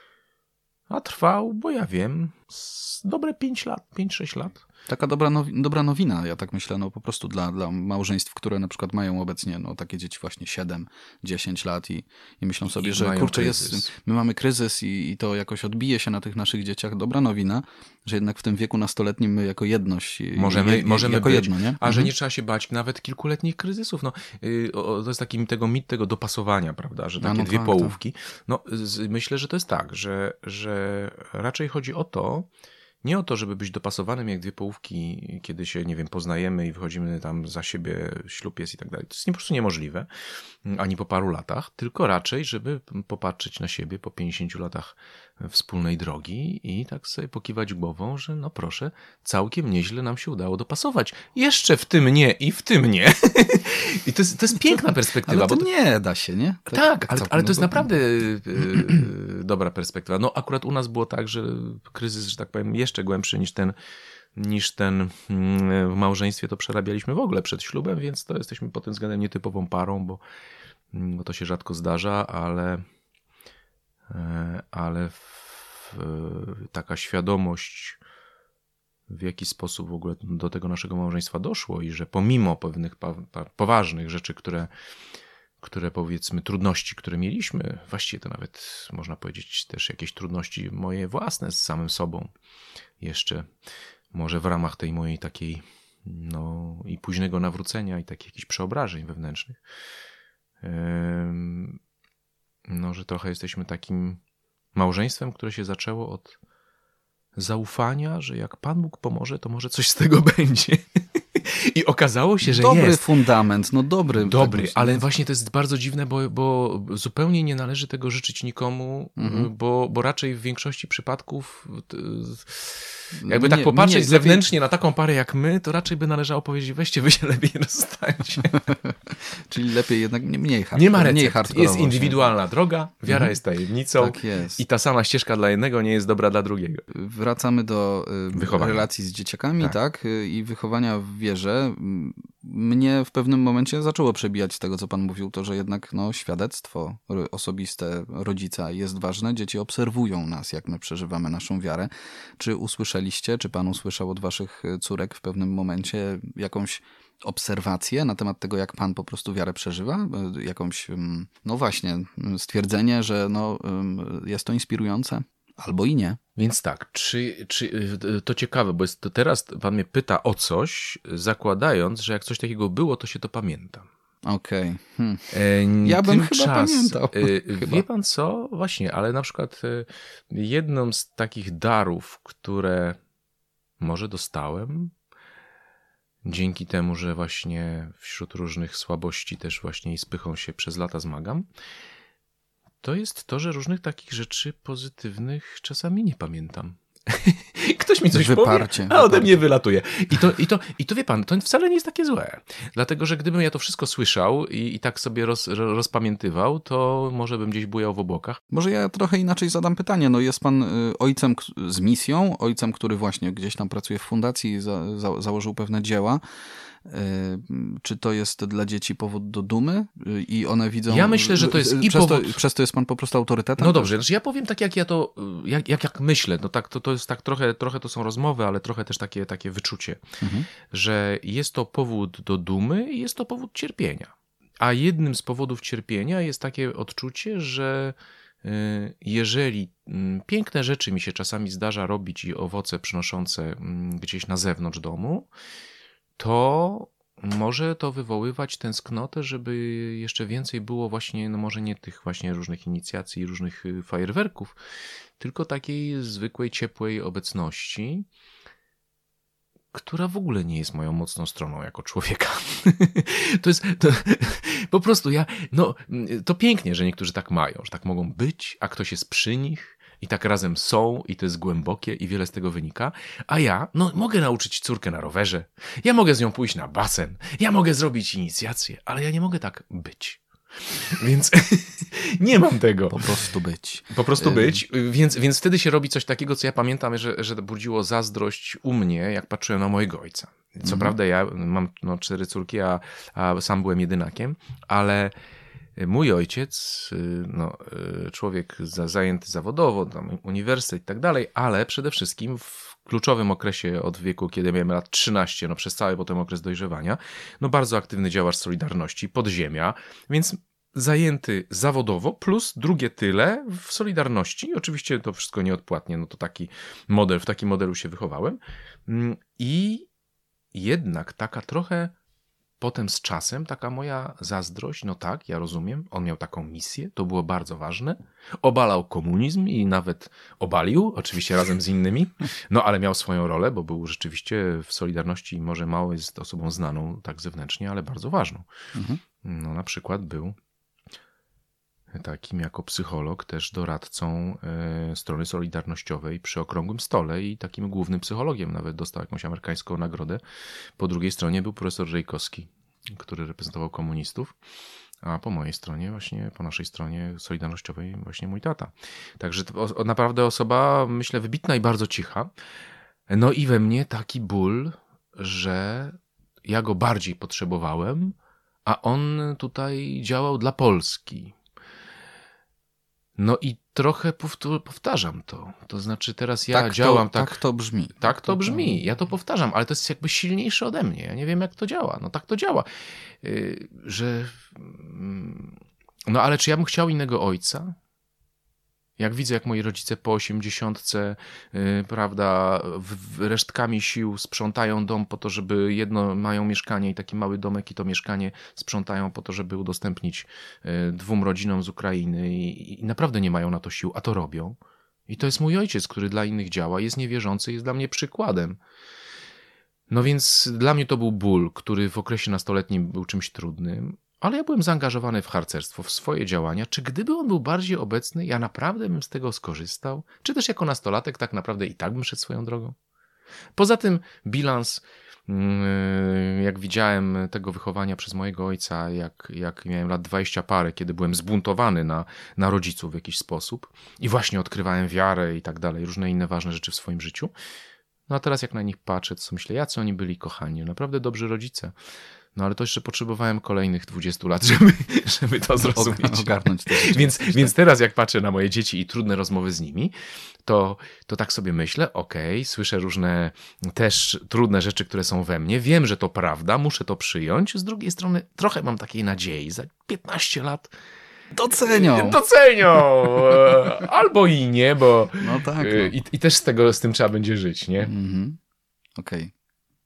a trwał, bo ja wiem, z dobre pięć lat, pięć sześć lat. Taka dobra, nowi- dobra nowina, ja tak myślę, no po prostu dla, dla małżeństw, które na przykład mają obecnie no, takie dzieci właśnie siedem dziesięć lat i, i myślą sobie, I że kurczę, kryzys. jest, my mamy kryzys i, i to jakoś odbije się na tych naszych dzieciach. Dobra nowina, że jednak w tym wieku nastoletnim my jako jedność, możemy, je, możemy jako być, jedno, nie? A mhm. że nie trzeba się bać nawet kilkuletnich kryzysów. No, yy, o, to jest taki tego mit tego dopasowania, prawda, że takie no dwie tak, połówki. No, z, myślę, że to jest tak, że, że raczej chodzi o to, nie o to, żeby być dopasowanym jak dwie połówki, kiedy się, nie wiem, poznajemy i wychodzimy tam za siebie, ślub jest i tak dalej. To jest po prostu niemożliwe, ani po paru latach, tylko raczej, żeby popatrzeć na siebie po pięćdziesięciu latach wspólnej drogi i tak sobie pokiwać głową, że no proszę, całkiem nieźle nam się udało dopasować. Jeszcze w tym nie i w tym nie. I to jest, to jest piękna perspektywa. Ale to, bo to nie da się, nie? Tak, tak ale, ale to jest no, naprawdę yy, dobra perspektywa. No akurat u nas było tak, że kryzys, że tak powiem, jeszcze głębszy niż ten, niż ten w małżeństwie to przerabialiśmy w ogóle przed ślubem, więc to jesteśmy pod tym względem nietypową parą, bo, bo to się rzadko zdarza, ale, ale w, taka świadomość, w jaki sposób w ogóle do tego naszego małżeństwa doszło i że pomimo pewnych pa, pa, poważnych rzeczy, które które powiedzmy trudności, które mieliśmy, właściwie to nawet można powiedzieć też jakieś trudności moje własne z samym sobą jeszcze, może w ramach tej mojej takiej no i późnego nawrócenia i takich jakichś przeobrażeń wewnętrznych, no że trochę jesteśmy takim małżeństwem, które się zaczęło od zaufania, że jak Pan Bóg pomoże, to może coś z tego będzie. I okazało się, że dobry jest. Dobry fundament, no dobry. Dobry, tak ale właśnie to jest bardzo dziwne, bo, bo zupełnie nie należy tego życzyć nikomu, mhm. bo, bo raczej w większości przypadków jakby mnie, tak popatrzeć mnie, zewnętrznie lepiej... na taką parę jak my, to raczej by należało powiedzieć, weźcie wy się lepiej rozstańcie. Czyli lepiej jednak mniej hardcore. Nie ma recept. Mniej hardcore jest indywidualna się. droga, wiara mhm. jest tajemnicą tak jest. I ta sama ścieżka dla jednego nie jest dobra dla drugiego. Wracamy do wychowania. Relacji z dzieciakami, tak. tak? I wychowania w wierze. Mnie w pewnym momencie zaczęło przebijać z tego, co pan mówił, to, że jednak no, świadectwo osobiste rodzica jest ważne. Dzieci obserwują nas, jak my przeżywamy naszą wiarę. Czy usłyszeliście, czy pan usłyszał od waszych córek w pewnym momencie jakąś obserwacje na temat tego, jak pan po prostu wiarę przeżywa? Jakąś, no właśnie, stwierdzenie, że no, jest to inspirujące? Albo i nie. Więc tak, czy, czy to ciekawe, bo jest to teraz pan mnie pyta o coś, zakładając, że jak coś takiego było, to się to pamiętam. Okej. Okay. Hmm. E, ja bym chyba czas, pamiętał. E, chyba. Wie pan co? Właśnie, ale na przykład e, jedną z takich darów, które może dostałem, dzięki temu, że właśnie wśród różnych słabości też właśnie i z pychą się przez lata zmagam, to jest to, że różnych takich rzeczy pozytywnych czasami nie pamiętam. Ktoś mi coś wyparcie, powie, a ode wyparcie. mnie wylatuje. I to, i, to, I to wie pan, to wcale nie jest takie złe. Dlatego, że gdybym ja to wszystko słyszał i, i tak sobie roz, rozpamiętywał, to może bym gdzieś bujał w obłokach. Może ja trochę inaczej zadam pytanie. No jest pan ojcem z misją, ojcem, który właśnie gdzieś tam pracuje w fundacji i za, za, założył pewne dzieła. Czy to jest dla dzieci powód do dumy i one widzą... Ja myślę, że to jest i przez powód... To, przez to jest pan po prostu autorytetem? No dobrze, znaczy ja powiem tak, jak ja to, jak, jak, jak myślę, no tak, to, to jest tak trochę, trochę to są rozmowy, ale trochę też takie, takie wyczucie, mhm. że jest to powód do dumy i jest to powód cierpienia. A jednym z powodów cierpienia jest takie odczucie, że jeżeli piękne rzeczy mi się czasami zdarza robić i owoce przynoszące gdzieś na zewnątrz domu, to może to wywoływać tęsknotę, żeby jeszcze więcej było właśnie, no może nie tych właśnie różnych inicjacji, różnych fajerwerków, tylko takiej zwykłej, ciepłej obecności, która w ogóle nie jest moją mocną stroną jako człowieka. To jest, to, po prostu ja, no to pięknie, że niektórzy tak mają, że tak mogą być, a ktoś jest przy nich, i tak razem są, i to jest głębokie, i wiele z tego wynika. A ja, no, mogę nauczyć córkę na rowerze, ja mogę z nią pójść na basen, ja mogę zrobić inicjację, ale ja nie mogę tak być. Więc nie mam tego. Po prostu być. Po prostu być, więc, więc wtedy się robi coś takiego, co ja pamiętam, że, że budziło zazdrość u mnie, jak patrzyłem na mojego ojca. Co mhm. prawda ja mam no, cztery córki, a, a sam byłem jedynakiem, ale... Mój ojciec, no, człowiek zajęty zawodowo, tam uniwersytet i tak dalej, ale przede wszystkim w kluczowym okresie od wieku, kiedy miałem lat trzynaście, no przez cały potem okres dojrzewania, no bardzo aktywny działacz Solidarności, podziemia, więc zajęty zawodowo, plus drugie tyle w Solidarności. Oczywiście to wszystko nieodpłatnie, no to taki model, w takim modelu się wychowałem. I jednak taka trochę potem z czasem taka moja zazdrość, no tak, ja rozumiem, on miał taką misję, to było bardzo ważne, obalał komunizm i nawet obalił, oczywiście razem z innymi, no ale miał swoją rolę, bo był rzeczywiście w Solidarności, może mało jest osobą znaną tak zewnętrznie, ale bardzo ważną. Mhm. No na przykład był takim jako psycholog też doradcą y, strony solidarnościowej przy okrągłym stole i takim głównym psychologiem, nawet dostał jakąś amerykańską nagrodę. Po drugiej stronie był profesor Żejkowski, który reprezentował komunistów, a po mojej stronie właśnie, po naszej stronie solidarnościowej właśnie mój tata. Także to o, naprawdę osoba, myślę, wybitna i bardzo cicha. No i we mnie taki ból, że ja go bardziej potrzebowałem, a on tutaj działał dla Polski. No i trochę powtarzam to. To znaczy teraz ja tak działam to, tak... Tak to brzmi. Tak to brzmi. Ja to powtarzam, ale to jest jakby silniejsze ode mnie. Ja nie wiem, jak to działa. No tak to działa. Yy, że... No ale czy ja bym chciał innego ojca? Jak widzę, jak moi rodzice po osiemdziesiątce, yy, prawda, w, w resztkami sił sprzątają dom po to, żeby jedno mają mieszkanie i taki mały domek i to mieszkanie sprzątają po to, żeby udostępnić yy, dwóm rodzinom z Ukrainy i, i naprawdę nie mają na to sił, a to robią. I to jest mój ojciec, który dla innych działa, jest niewierzący, jest dla mnie przykładem. No więc dla mnie to był ból, który w okresie nastoletnim był czymś trudnym, ale ja byłem zaangażowany w harcerstwo, w swoje działania. Czy gdyby on był bardziej obecny, ja naprawdę bym z tego skorzystał? Czy też jako nastolatek tak naprawdę i tak bym szedł swoją drogą? Poza tym bilans, jak widziałem tego wychowania przez mojego ojca, jak, jak miałem lat dwadzieścia parę, kiedy byłem zbuntowany na, na rodziców w jakiś sposób i właśnie odkrywałem wiarę i tak dalej, różne inne ważne rzeczy w swoim życiu. No a teraz jak na nich patrzę, to myślę, jacy oni byli kochani, naprawdę dobrzy rodzice. No ale to jeszcze potrzebowałem kolejnych dwudziestu lat, żeby, żeby to zrozumieć. Ogarnąć to więc, więc teraz jak patrzę na moje dzieci i trudne rozmowy z nimi, to, to tak sobie myślę, okej, okay, słyszę różne też trudne rzeczy, które są we mnie, wiem, że to prawda, muszę to przyjąć. Z drugiej strony trochę mam takiej nadziei, za piętnaście lat Docenią. Docenią. Albo i nie, bo no tak, no. I, i też z tego, z tym trzeba będzie żyć, nie? Mhm. Okej. Okay.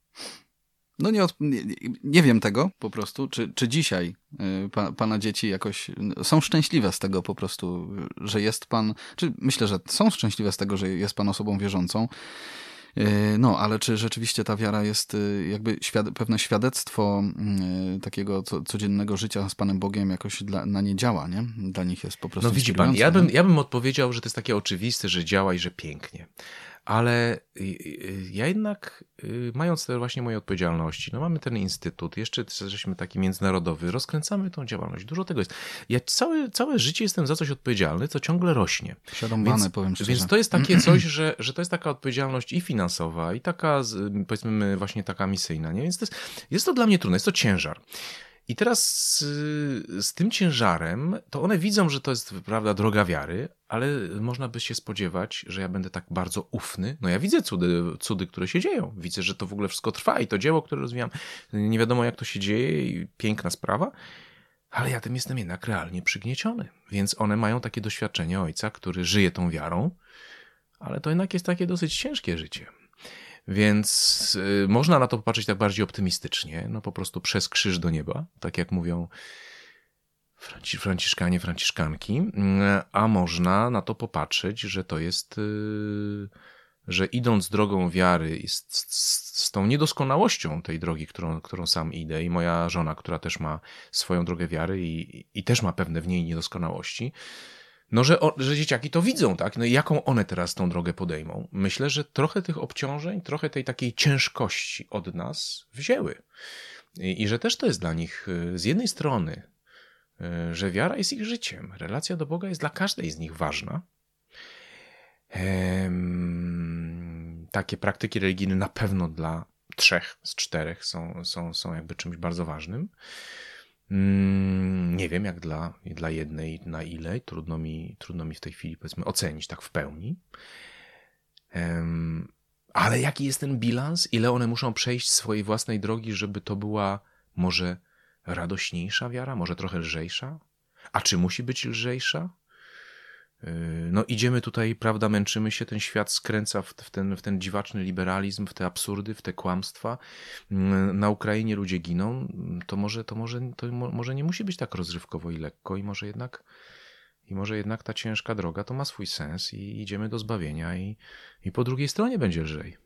No nie, od, nie, nie wiem tego po prostu, czy, czy dzisiaj y, pa, pana dzieci jakoś są szczęśliwe z tego po prostu, że jest pan, czy myślę, że są szczęśliwe z tego, że jest pan osobą wierzącą, y, no ale czy rzeczywiście ta wiara jest y, jakby świad pewne świadectwo y, takiego co, codziennego życia z Panem Bogiem jakoś dla, na nie działa, nie? Dla nich jest po prostu No widzi pan, ja bym, ja bym odpowiedział, że to jest takie oczywiste, że działa i że pięknie. Ale ja jednak, mając te właśnie moje odpowiedzialności, no mamy ten instytut, jeszcze żeśmy taki międzynarodowy, rozkręcamy tą działalność, dużo tego jest. Ja całe, całe życie jestem za coś odpowiedzialny, co ciągle rośnie. Przerąbane, więc, powiem szczerze. Więc to jest takie coś, że, że to jest taka odpowiedzialność i finansowa, i taka, powiedzmy, właśnie taka misyjna, nie? Więc to jest, jest to dla mnie trudne, jest to ciężar. I teraz z, z tym ciężarem, to one widzą, że to jest, prawda, droga wiary, ale można by się spodziewać, że ja będę tak bardzo ufny. No ja widzę cudy, cudy, które się dzieją. Widzę, że to w ogóle wszystko trwa i to dzieło, które rozwijam, nie wiadomo jak to się dzieje i piękna sprawa, ale ja tym jestem jednak realnie przygnieciony. Więc one mają takie doświadczenie ojca, który żyje tą wiarą, ale to jednak jest takie dosyć ciężkie życie. Więc y, można na to popatrzeć tak bardziej optymistycznie, no po prostu przez krzyż do nieba, tak jak mówią Franci Franciszkanie, Franciszkanki, a można na to popatrzeć, że to jest, y, że idąc drogą wiary i z, z, z tą niedoskonałością tej drogi, którą, którą sam idę i moja żona, która też ma swoją drogę wiary i, i też ma pewne w niej niedoskonałości, no, że, o, że dzieciaki to widzą, tak? No i jaką one teraz tą drogę podejmą? Myślę, że trochę tych obciążeń, trochę tej takiej ciężkości od nas wzięły. I, i że też to jest dla nich z jednej strony, że wiara jest ich życiem. Relacja do Boga jest dla każdej z nich ważna. Ehm, takie praktyki religijne na pewno dla trzech z czterech są, są, są jakby czymś bardzo ważnym. Nie wiem, jak dla, dla jednej, na ile. Trudno mi, trudno mi w tej chwili, powiedzmy, ocenić tak w pełni. Um, ale jaki jest ten bilans? Ile one muszą przejść swojej własnej drogi, żeby to była może radośniejsza wiara? Może trochę lżejsza? A czy musi być lżejsza? No idziemy tutaj, prawda, męczymy się, ten świat skręca w, w, ten, w ten dziwaczny liberalizm, w te absurdy, w te kłamstwa. Na Ukrainie ludzie giną, to może, to może, to może nie musi być tak rozrywkowo i lekko i może jednak, i może jednak ta ciężka droga to ma swój sens i idziemy do zbawienia i, i po drugiej stronie będzie lżej.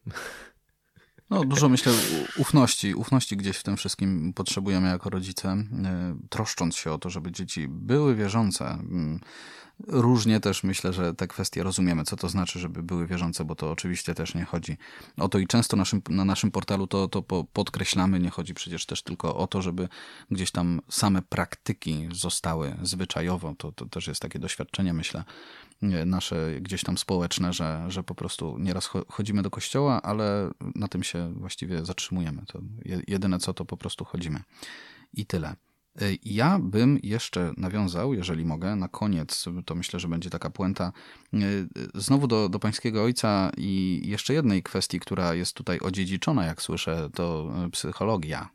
No dużo, myślę, ufności, ufności gdzieś w tym wszystkim potrzebujemy jako rodzice, troszcząc się o to, żeby dzieci były wierzące. Różnie też myślę, że te kwestie rozumiemy, co to znaczy, żeby były wierzące, bo to oczywiście też nie chodzi o to i często naszym, na naszym portalu to, to podkreślamy, nie chodzi przecież też tylko o to, żeby gdzieś tam same praktyki zostały zwyczajowo, to, to też jest takie doświadczenie, myślę, nasze gdzieś tam społeczne, że, że po prostu nieraz chodzimy do kościoła, ale na tym się właściwie zatrzymujemy. To jedyne co, to po prostu chodzimy. I tyle. Ja bym jeszcze nawiązał, jeżeli mogę, na koniec, to myślę, że będzie taka puenta, znowu do, do Pańskiego Ojca i jeszcze jednej kwestii, która jest tutaj odziedziczona, jak słyszę, to psychologia.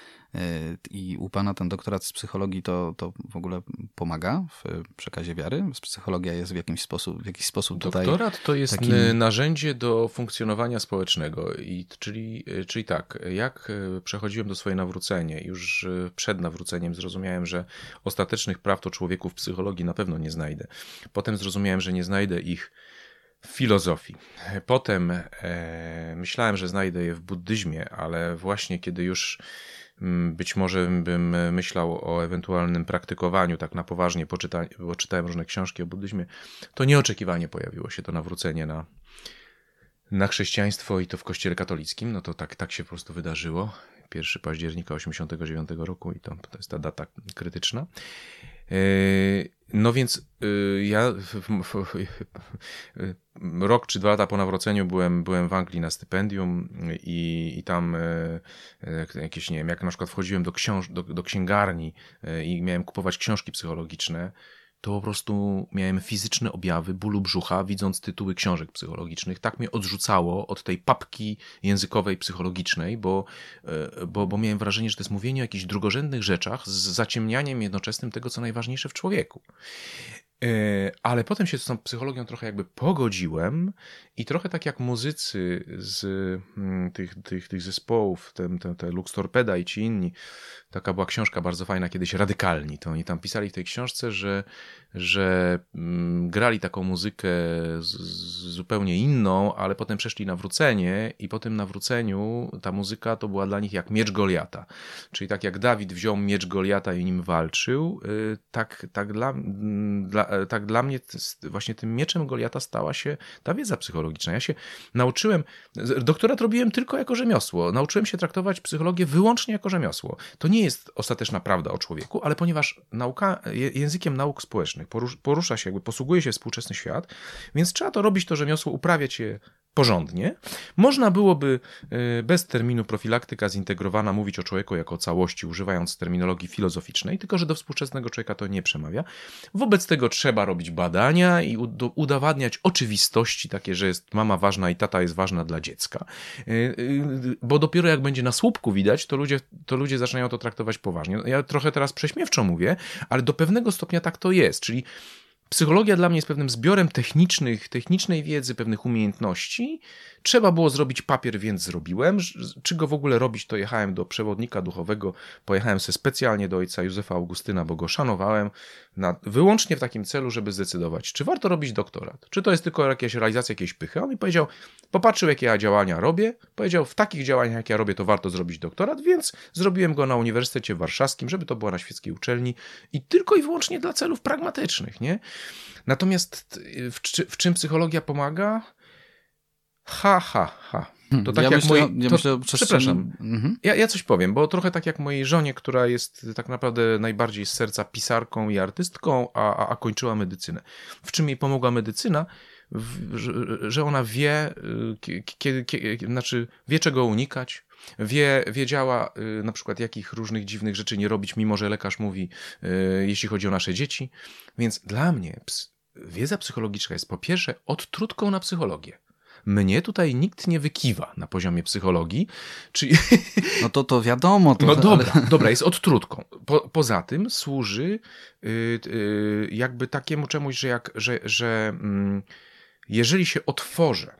I u Pana ten doktorat z psychologii to, to w ogóle pomaga w przekazie wiary? Psychologia jest w jakimś sposób, w jakiś sposób tutaj... Doktorat to jest takim... narzędzie do funkcjonowania społecznego, i czyli, czyli tak, jak przechodziłem do swoje nawrócenie, już przed nawróceniem zrozumiałem, że ostatecznych praw to człowieku w psychologii na pewno nie znajdę. Potem zrozumiałem, że nie znajdę ich w filozofii. Potem e, myślałem, że znajdę je w buddyzmie, ale właśnie kiedy już być może bym myślał o ewentualnym praktykowaniu tak na poważnie, poczyta, bo czytałem różne książki o buddyzmie, to nieoczekiwanie pojawiło się to nawrócenie na, na chrześcijaństwo i to w kościele katolickim. No to tak, tak się po prostu wydarzyło. pierwszego października osiemdziesiątego dziewiątego roku i to, to jest ta data krytyczna. No więc y, ja rok czy dwa lata po nawróceniu byłem, byłem w Anglii na stypendium i, i tam y, y, jakieś, nie wiem, jak na przykład wchodziłem do, książ do, do księgarni y, i miałem kupować książki psychologiczne, to po prostu miałem fizyczne objawy bólu brzucha, widząc tytuły książek psychologicznych. Tak mnie odrzucało od tej papki językowej, psychologicznej, bo, bo, bo miałem wrażenie, że to jest mówienie o jakichś drugorzędnych rzeczach z zaciemnianiem jednoczesnym tego, co najważniejsze w człowieku. Ale potem się z tą psychologią trochę jakby pogodziłem i trochę tak jak muzycy z tych, tych, tych zespołów, te, te, te Lux Torpeda i ci inni, taka była książka bardzo fajna kiedyś, Radykalni, to oni tam pisali w tej książce, że, że mm, grali taką muzykę z, z zupełnie inną, ale potem przeszli nawrócenie i po tym nawróceniu ta muzyka to była dla nich jak miecz Goliata. Czyli tak jak Dawid wziął miecz Goliata i nim walczył, yy, tak, tak, dla, dla, tak dla mnie właśnie tym mieczem Goliata stała się ta wiedza psychologiczna. Ja się nauczyłem, doktorat robiłem tylko jako rzemiosło, nauczyłem się traktować psychologię wyłącznie jako rzemiosło. To nie jest ostateczna prawda o człowieku, ale ponieważ nauka, językiem nauk społecznych porusza się, jakby posługuje się współczesny świat, więc trzeba to robić, to rzemiosło, uprawiać je porządnie. Można byłoby bez terminu profilaktyka zintegrowana mówić o człowieku jako o całości, używając terminologii filozoficznej, tylko że do współczesnego człowieka to nie przemawia. Wobec tego trzeba robić badania i udowadniać oczywistości, takie, że jest mama ważna i tata jest ważna dla dziecka. Bo dopiero jak będzie na słupku widać, to ludzie, to ludzie zaczynają to traktować poważnie. Ja trochę teraz prześmiewczo mówię, ale do pewnego stopnia tak to jest, czyli psychologia dla mnie jest pewnym zbiorem technicznych, technicznej wiedzy, pewnych umiejętności. Trzeba było zrobić papier, więc zrobiłem. Czy go w ogóle robić, to jechałem do przewodnika duchowego, pojechałem sobie specjalnie do ojca Józefa Augustyna, bo go szanowałem, na, wyłącznie w takim celu, żeby zdecydować, czy warto robić doktorat, czy to jest tylko jakaś realizacja jakiejś pychy. On mi powiedział, popatrzył, jakie ja działania robię, powiedział, w takich działaniach, jak ja robię, to warto zrobić doktorat, więc zrobiłem go na Uniwersytecie Warszawskim, żeby to było na świeckiej uczelni i tylko i wyłącznie dla celów pragmatycznych, nie? Natomiast w, w czym psychologia pomaga? Ha, ha, ha. To tak ja jak myślę, moi... ja to, myślę, przepraszam. Mhm. Ja, ja coś powiem, bo trochę tak jak mojej żonie, która jest tak naprawdę najbardziej z serca pisarką i artystką, a, a kończyła medycynę. W czym jej pomogła medycyna? W, że, że ona wie, kiedy, kiedy, znaczy wie czego unikać, Wie, wiedziała y, na przykład jakich różnych dziwnych rzeczy nie robić, mimo że lekarz mówi, y, jeśli chodzi o nasze dzieci. Więc dla mnie ps, wiedza psychologiczna jest po pierwsze odtrutką na psychologię. Mnie tutaj nikt nie wykiwa na poziomie psychologii, czyli... No to to wiadomo. To no ale... dobra, dobra, jest odtrutką. Po, poza tym służy y, y, jakby takiemu czemuś, że, jak, że, że y, jeżeli się otworzę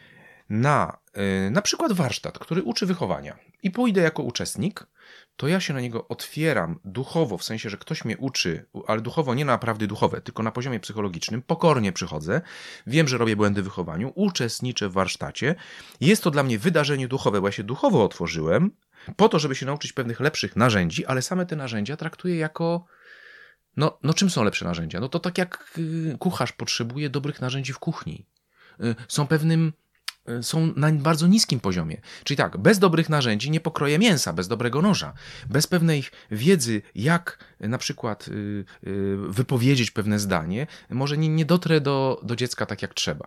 na y, na przykład warsztat, który uczy wychowania i pójdę jako uczestnik, to ja się na niego otwieram duchowo, w sensie, że ktoś mnie uczy, ale duchowo nie naprawdę duchowe, tylko na poziomie psychologicznym, pokornie przychodzę, wiem, że robię błędy w wychowaniu, uczestniczę w warsztacie, jest to dla mnie wydarzenie duchowe, bo ja się duchowo otworzyłem, po to, żeby się nauczyć pewnych lepszych narzędzi, ale same te narzędzia traktuję jako... No, no czym są lepsze narzędzia? No to tak jak y, kucharz potrzebuje dobrych narzędzi w kuchni. Y, są pewnym... są na bardzo niskim poziomie. Czyli tak, bez dobrych narzędzi nie pokroję mięsa, bez dobrego noża, bez pewnej wiedzy, jak na przykład wypowiedzieć pewne zdanie, może nie, nie dotrę do, do dziecka tak jak trzeba.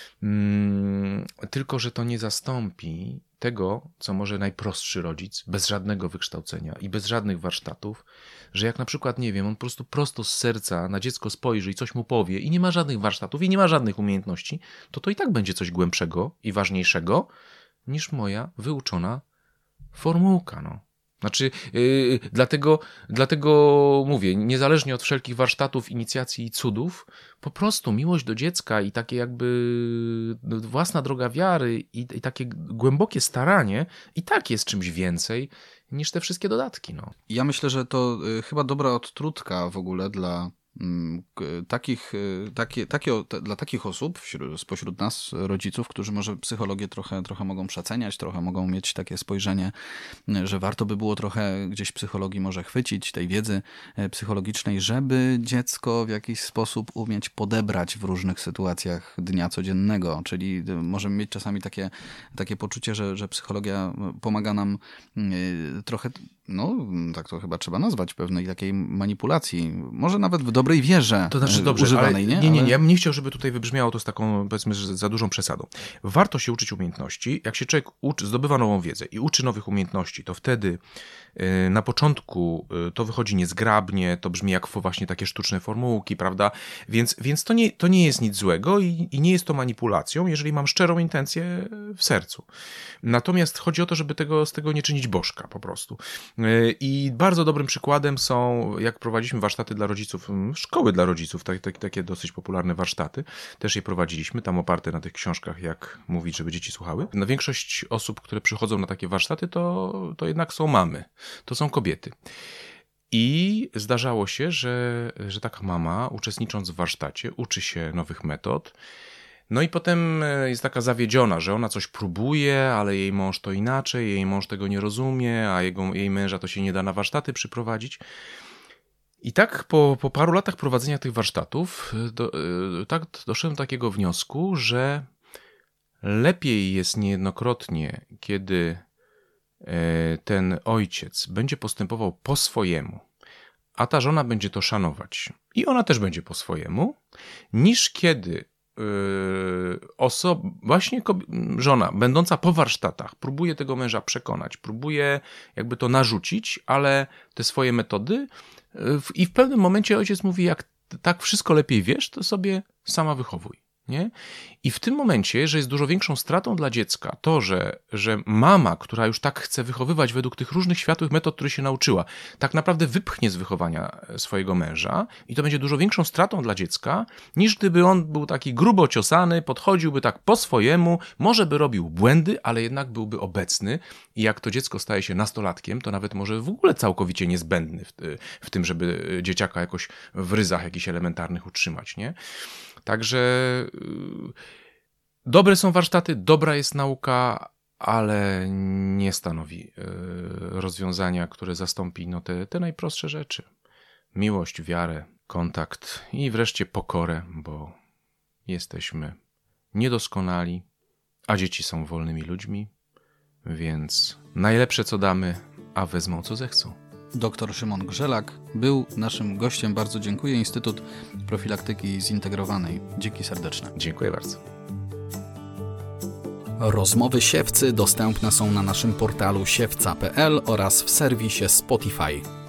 Hmm, tylko, że to nie zastąpi tego, co może najprostszy rodzic, bez żadnego wykształcenia i bez żadnych warsztatów, że jak na przykład, nie wiem, on po prostu prosto z serca na dziecko spojrzy i coś mu powie i nie ma żadnych warsztatów i nie ma żadnych umiejętności, to to i tak będzie coś głębszego i ważniejszego niż moja wyuczona formułka, no. Znaczy, yy, dlatego, dlatego mówię, niezależnie od wszelkich warsztatów, inicjacji i cudów, po prostu miłość do dziecka i takie jakby własna droga wiary i, i takie głębokie staranie i tak jest czymś więcej niż te wszystkie dodatki. No. Ja myślę, że to y, chyba dobra odtrutka w ogóle dla Takich, takie, takie, dla takich osób wśród, spośród nas, rodziców, którzy może psychologię trochę, trochę mogą przeceniać, trochę mogą mieć takie spojrzenie, że warto by było trochę gdzieś psychologii może chwycić, tej wiedzy psychologicznej, żeby dziecko w jakiś sposób umieć podebrać w różnych sytuacjach dnia codziennego. Czyli możemy mieć czasami takie, takie poczucie, że, że psychologia pomaga nam trochę no tak to chyba trzeba nazwać, pewnej takiej manipulacji, może nawet w dobrej wierze to znaczy, dobrze, używanej, ale, nie? Nie, nie, nie, ale... ja bym nie chciał, żeby tutaj wybrzmiało to z taką, powiedzmy, że za dużą przesadą. Warto się uczyć umiejętności. Jak się człowiek uczy, zdobywa nową wiedzę i uczy nowych umiejętności, to wtedy yy, na początku yy, to wychodzi niezgrabnie, to brzmi jak właśnie takie sztuczne formułki, prawda? Więc, więc to, nie, to nie jest nic złego i, i nie jest to manipulacją, jeżeli mam szczerą intencję w sercu. Natomiast chodzi o to, żeby tego, z tego nie czynić bożka po prostu. Yy, I bardzo dobrym przykładem są, jak prowadziliśmy warsztaty dla rodziców, szkoły dla rodziców, tak, tak, takie dosyć popularne warsztaty, też je prowadziliśmy, tam oparte na tych książkach, jak mówić, żeby dzieci słuchały. No, większość osób, które przychodzą na takie warsztaty, to, to jednak są mamy, to są kobiety. I zdarzało się, że, że taka mama, uczestnicząc w warsztacie, uczy się nowych metod. No i potem jest taka zawiedziona, że ona coś próbuje, ale jej mąż to inaczej, jej mąż tego nie rozumie, a jego, jej męża to się nie da na warsztaty przyprowadzić. I tak po, po paru latach prowadzenia tych warsztatów do, tak doszedłem do takiego wniosku, że lepiej jest niejednokrotnie, kiedy ten ojciec będzie postępował po swojemu, a ta żona będzie to szanować i ona też będzie po swojemu, niż kiedy yy, osoba, właśnie żona, będąca po warsztatach, próbuje tego męża przekonać, próbuje jakby to narzucić, ale te swoje metody yy, i w pewnym momencie ojciec mówi, jak tak wszystko lepiej wiesz, to sobie sama wychowuj. Nie? I w tym momencie, że jest dużo większą stratą dla dziecka to, że, że mama, która już tak chce wychowywać według tych różnych światłych metod, które się nauczyła, tak naprawdę wypchnie z wychowania swojego męża i to będzie dużo większą stratą dla dziecka, niż gdyby on był taki grubo ciosany, podchodziłby tak po swojemu, może by robił błędy, ale jednak byłby obecny i jak to dziecko staje się nastolatkiem, to nawet może w ogóle całkowicie niezbędny w, w tym, żeby dzieciaka jakoś w ryzach jakichś elementarnych utrzymać, nie? Także dobre są warsztaty, dobra jest nauka, ale nie stanowi rozwiązania, które zastąpi no, te, te najprostsze rzeczy. Miłość, wiarę, kontakt i wreszcie pokorę, bo jesteśmy niedoskonali, a dzieci są wolnymi ludźmi, więc najlepsze co damy, a wezmą co zechcą. Doktor Szymon Grzelak był naszym gościem. Bardzo dziękuję. Instytut Profilaktyki Zintegrowanej. Dzięki serdeczne. Dziękuję bardzo. Rozmowy Siewcy dostępne są na naszym portalu siewca kropka p l oraz w serwisie Spotify.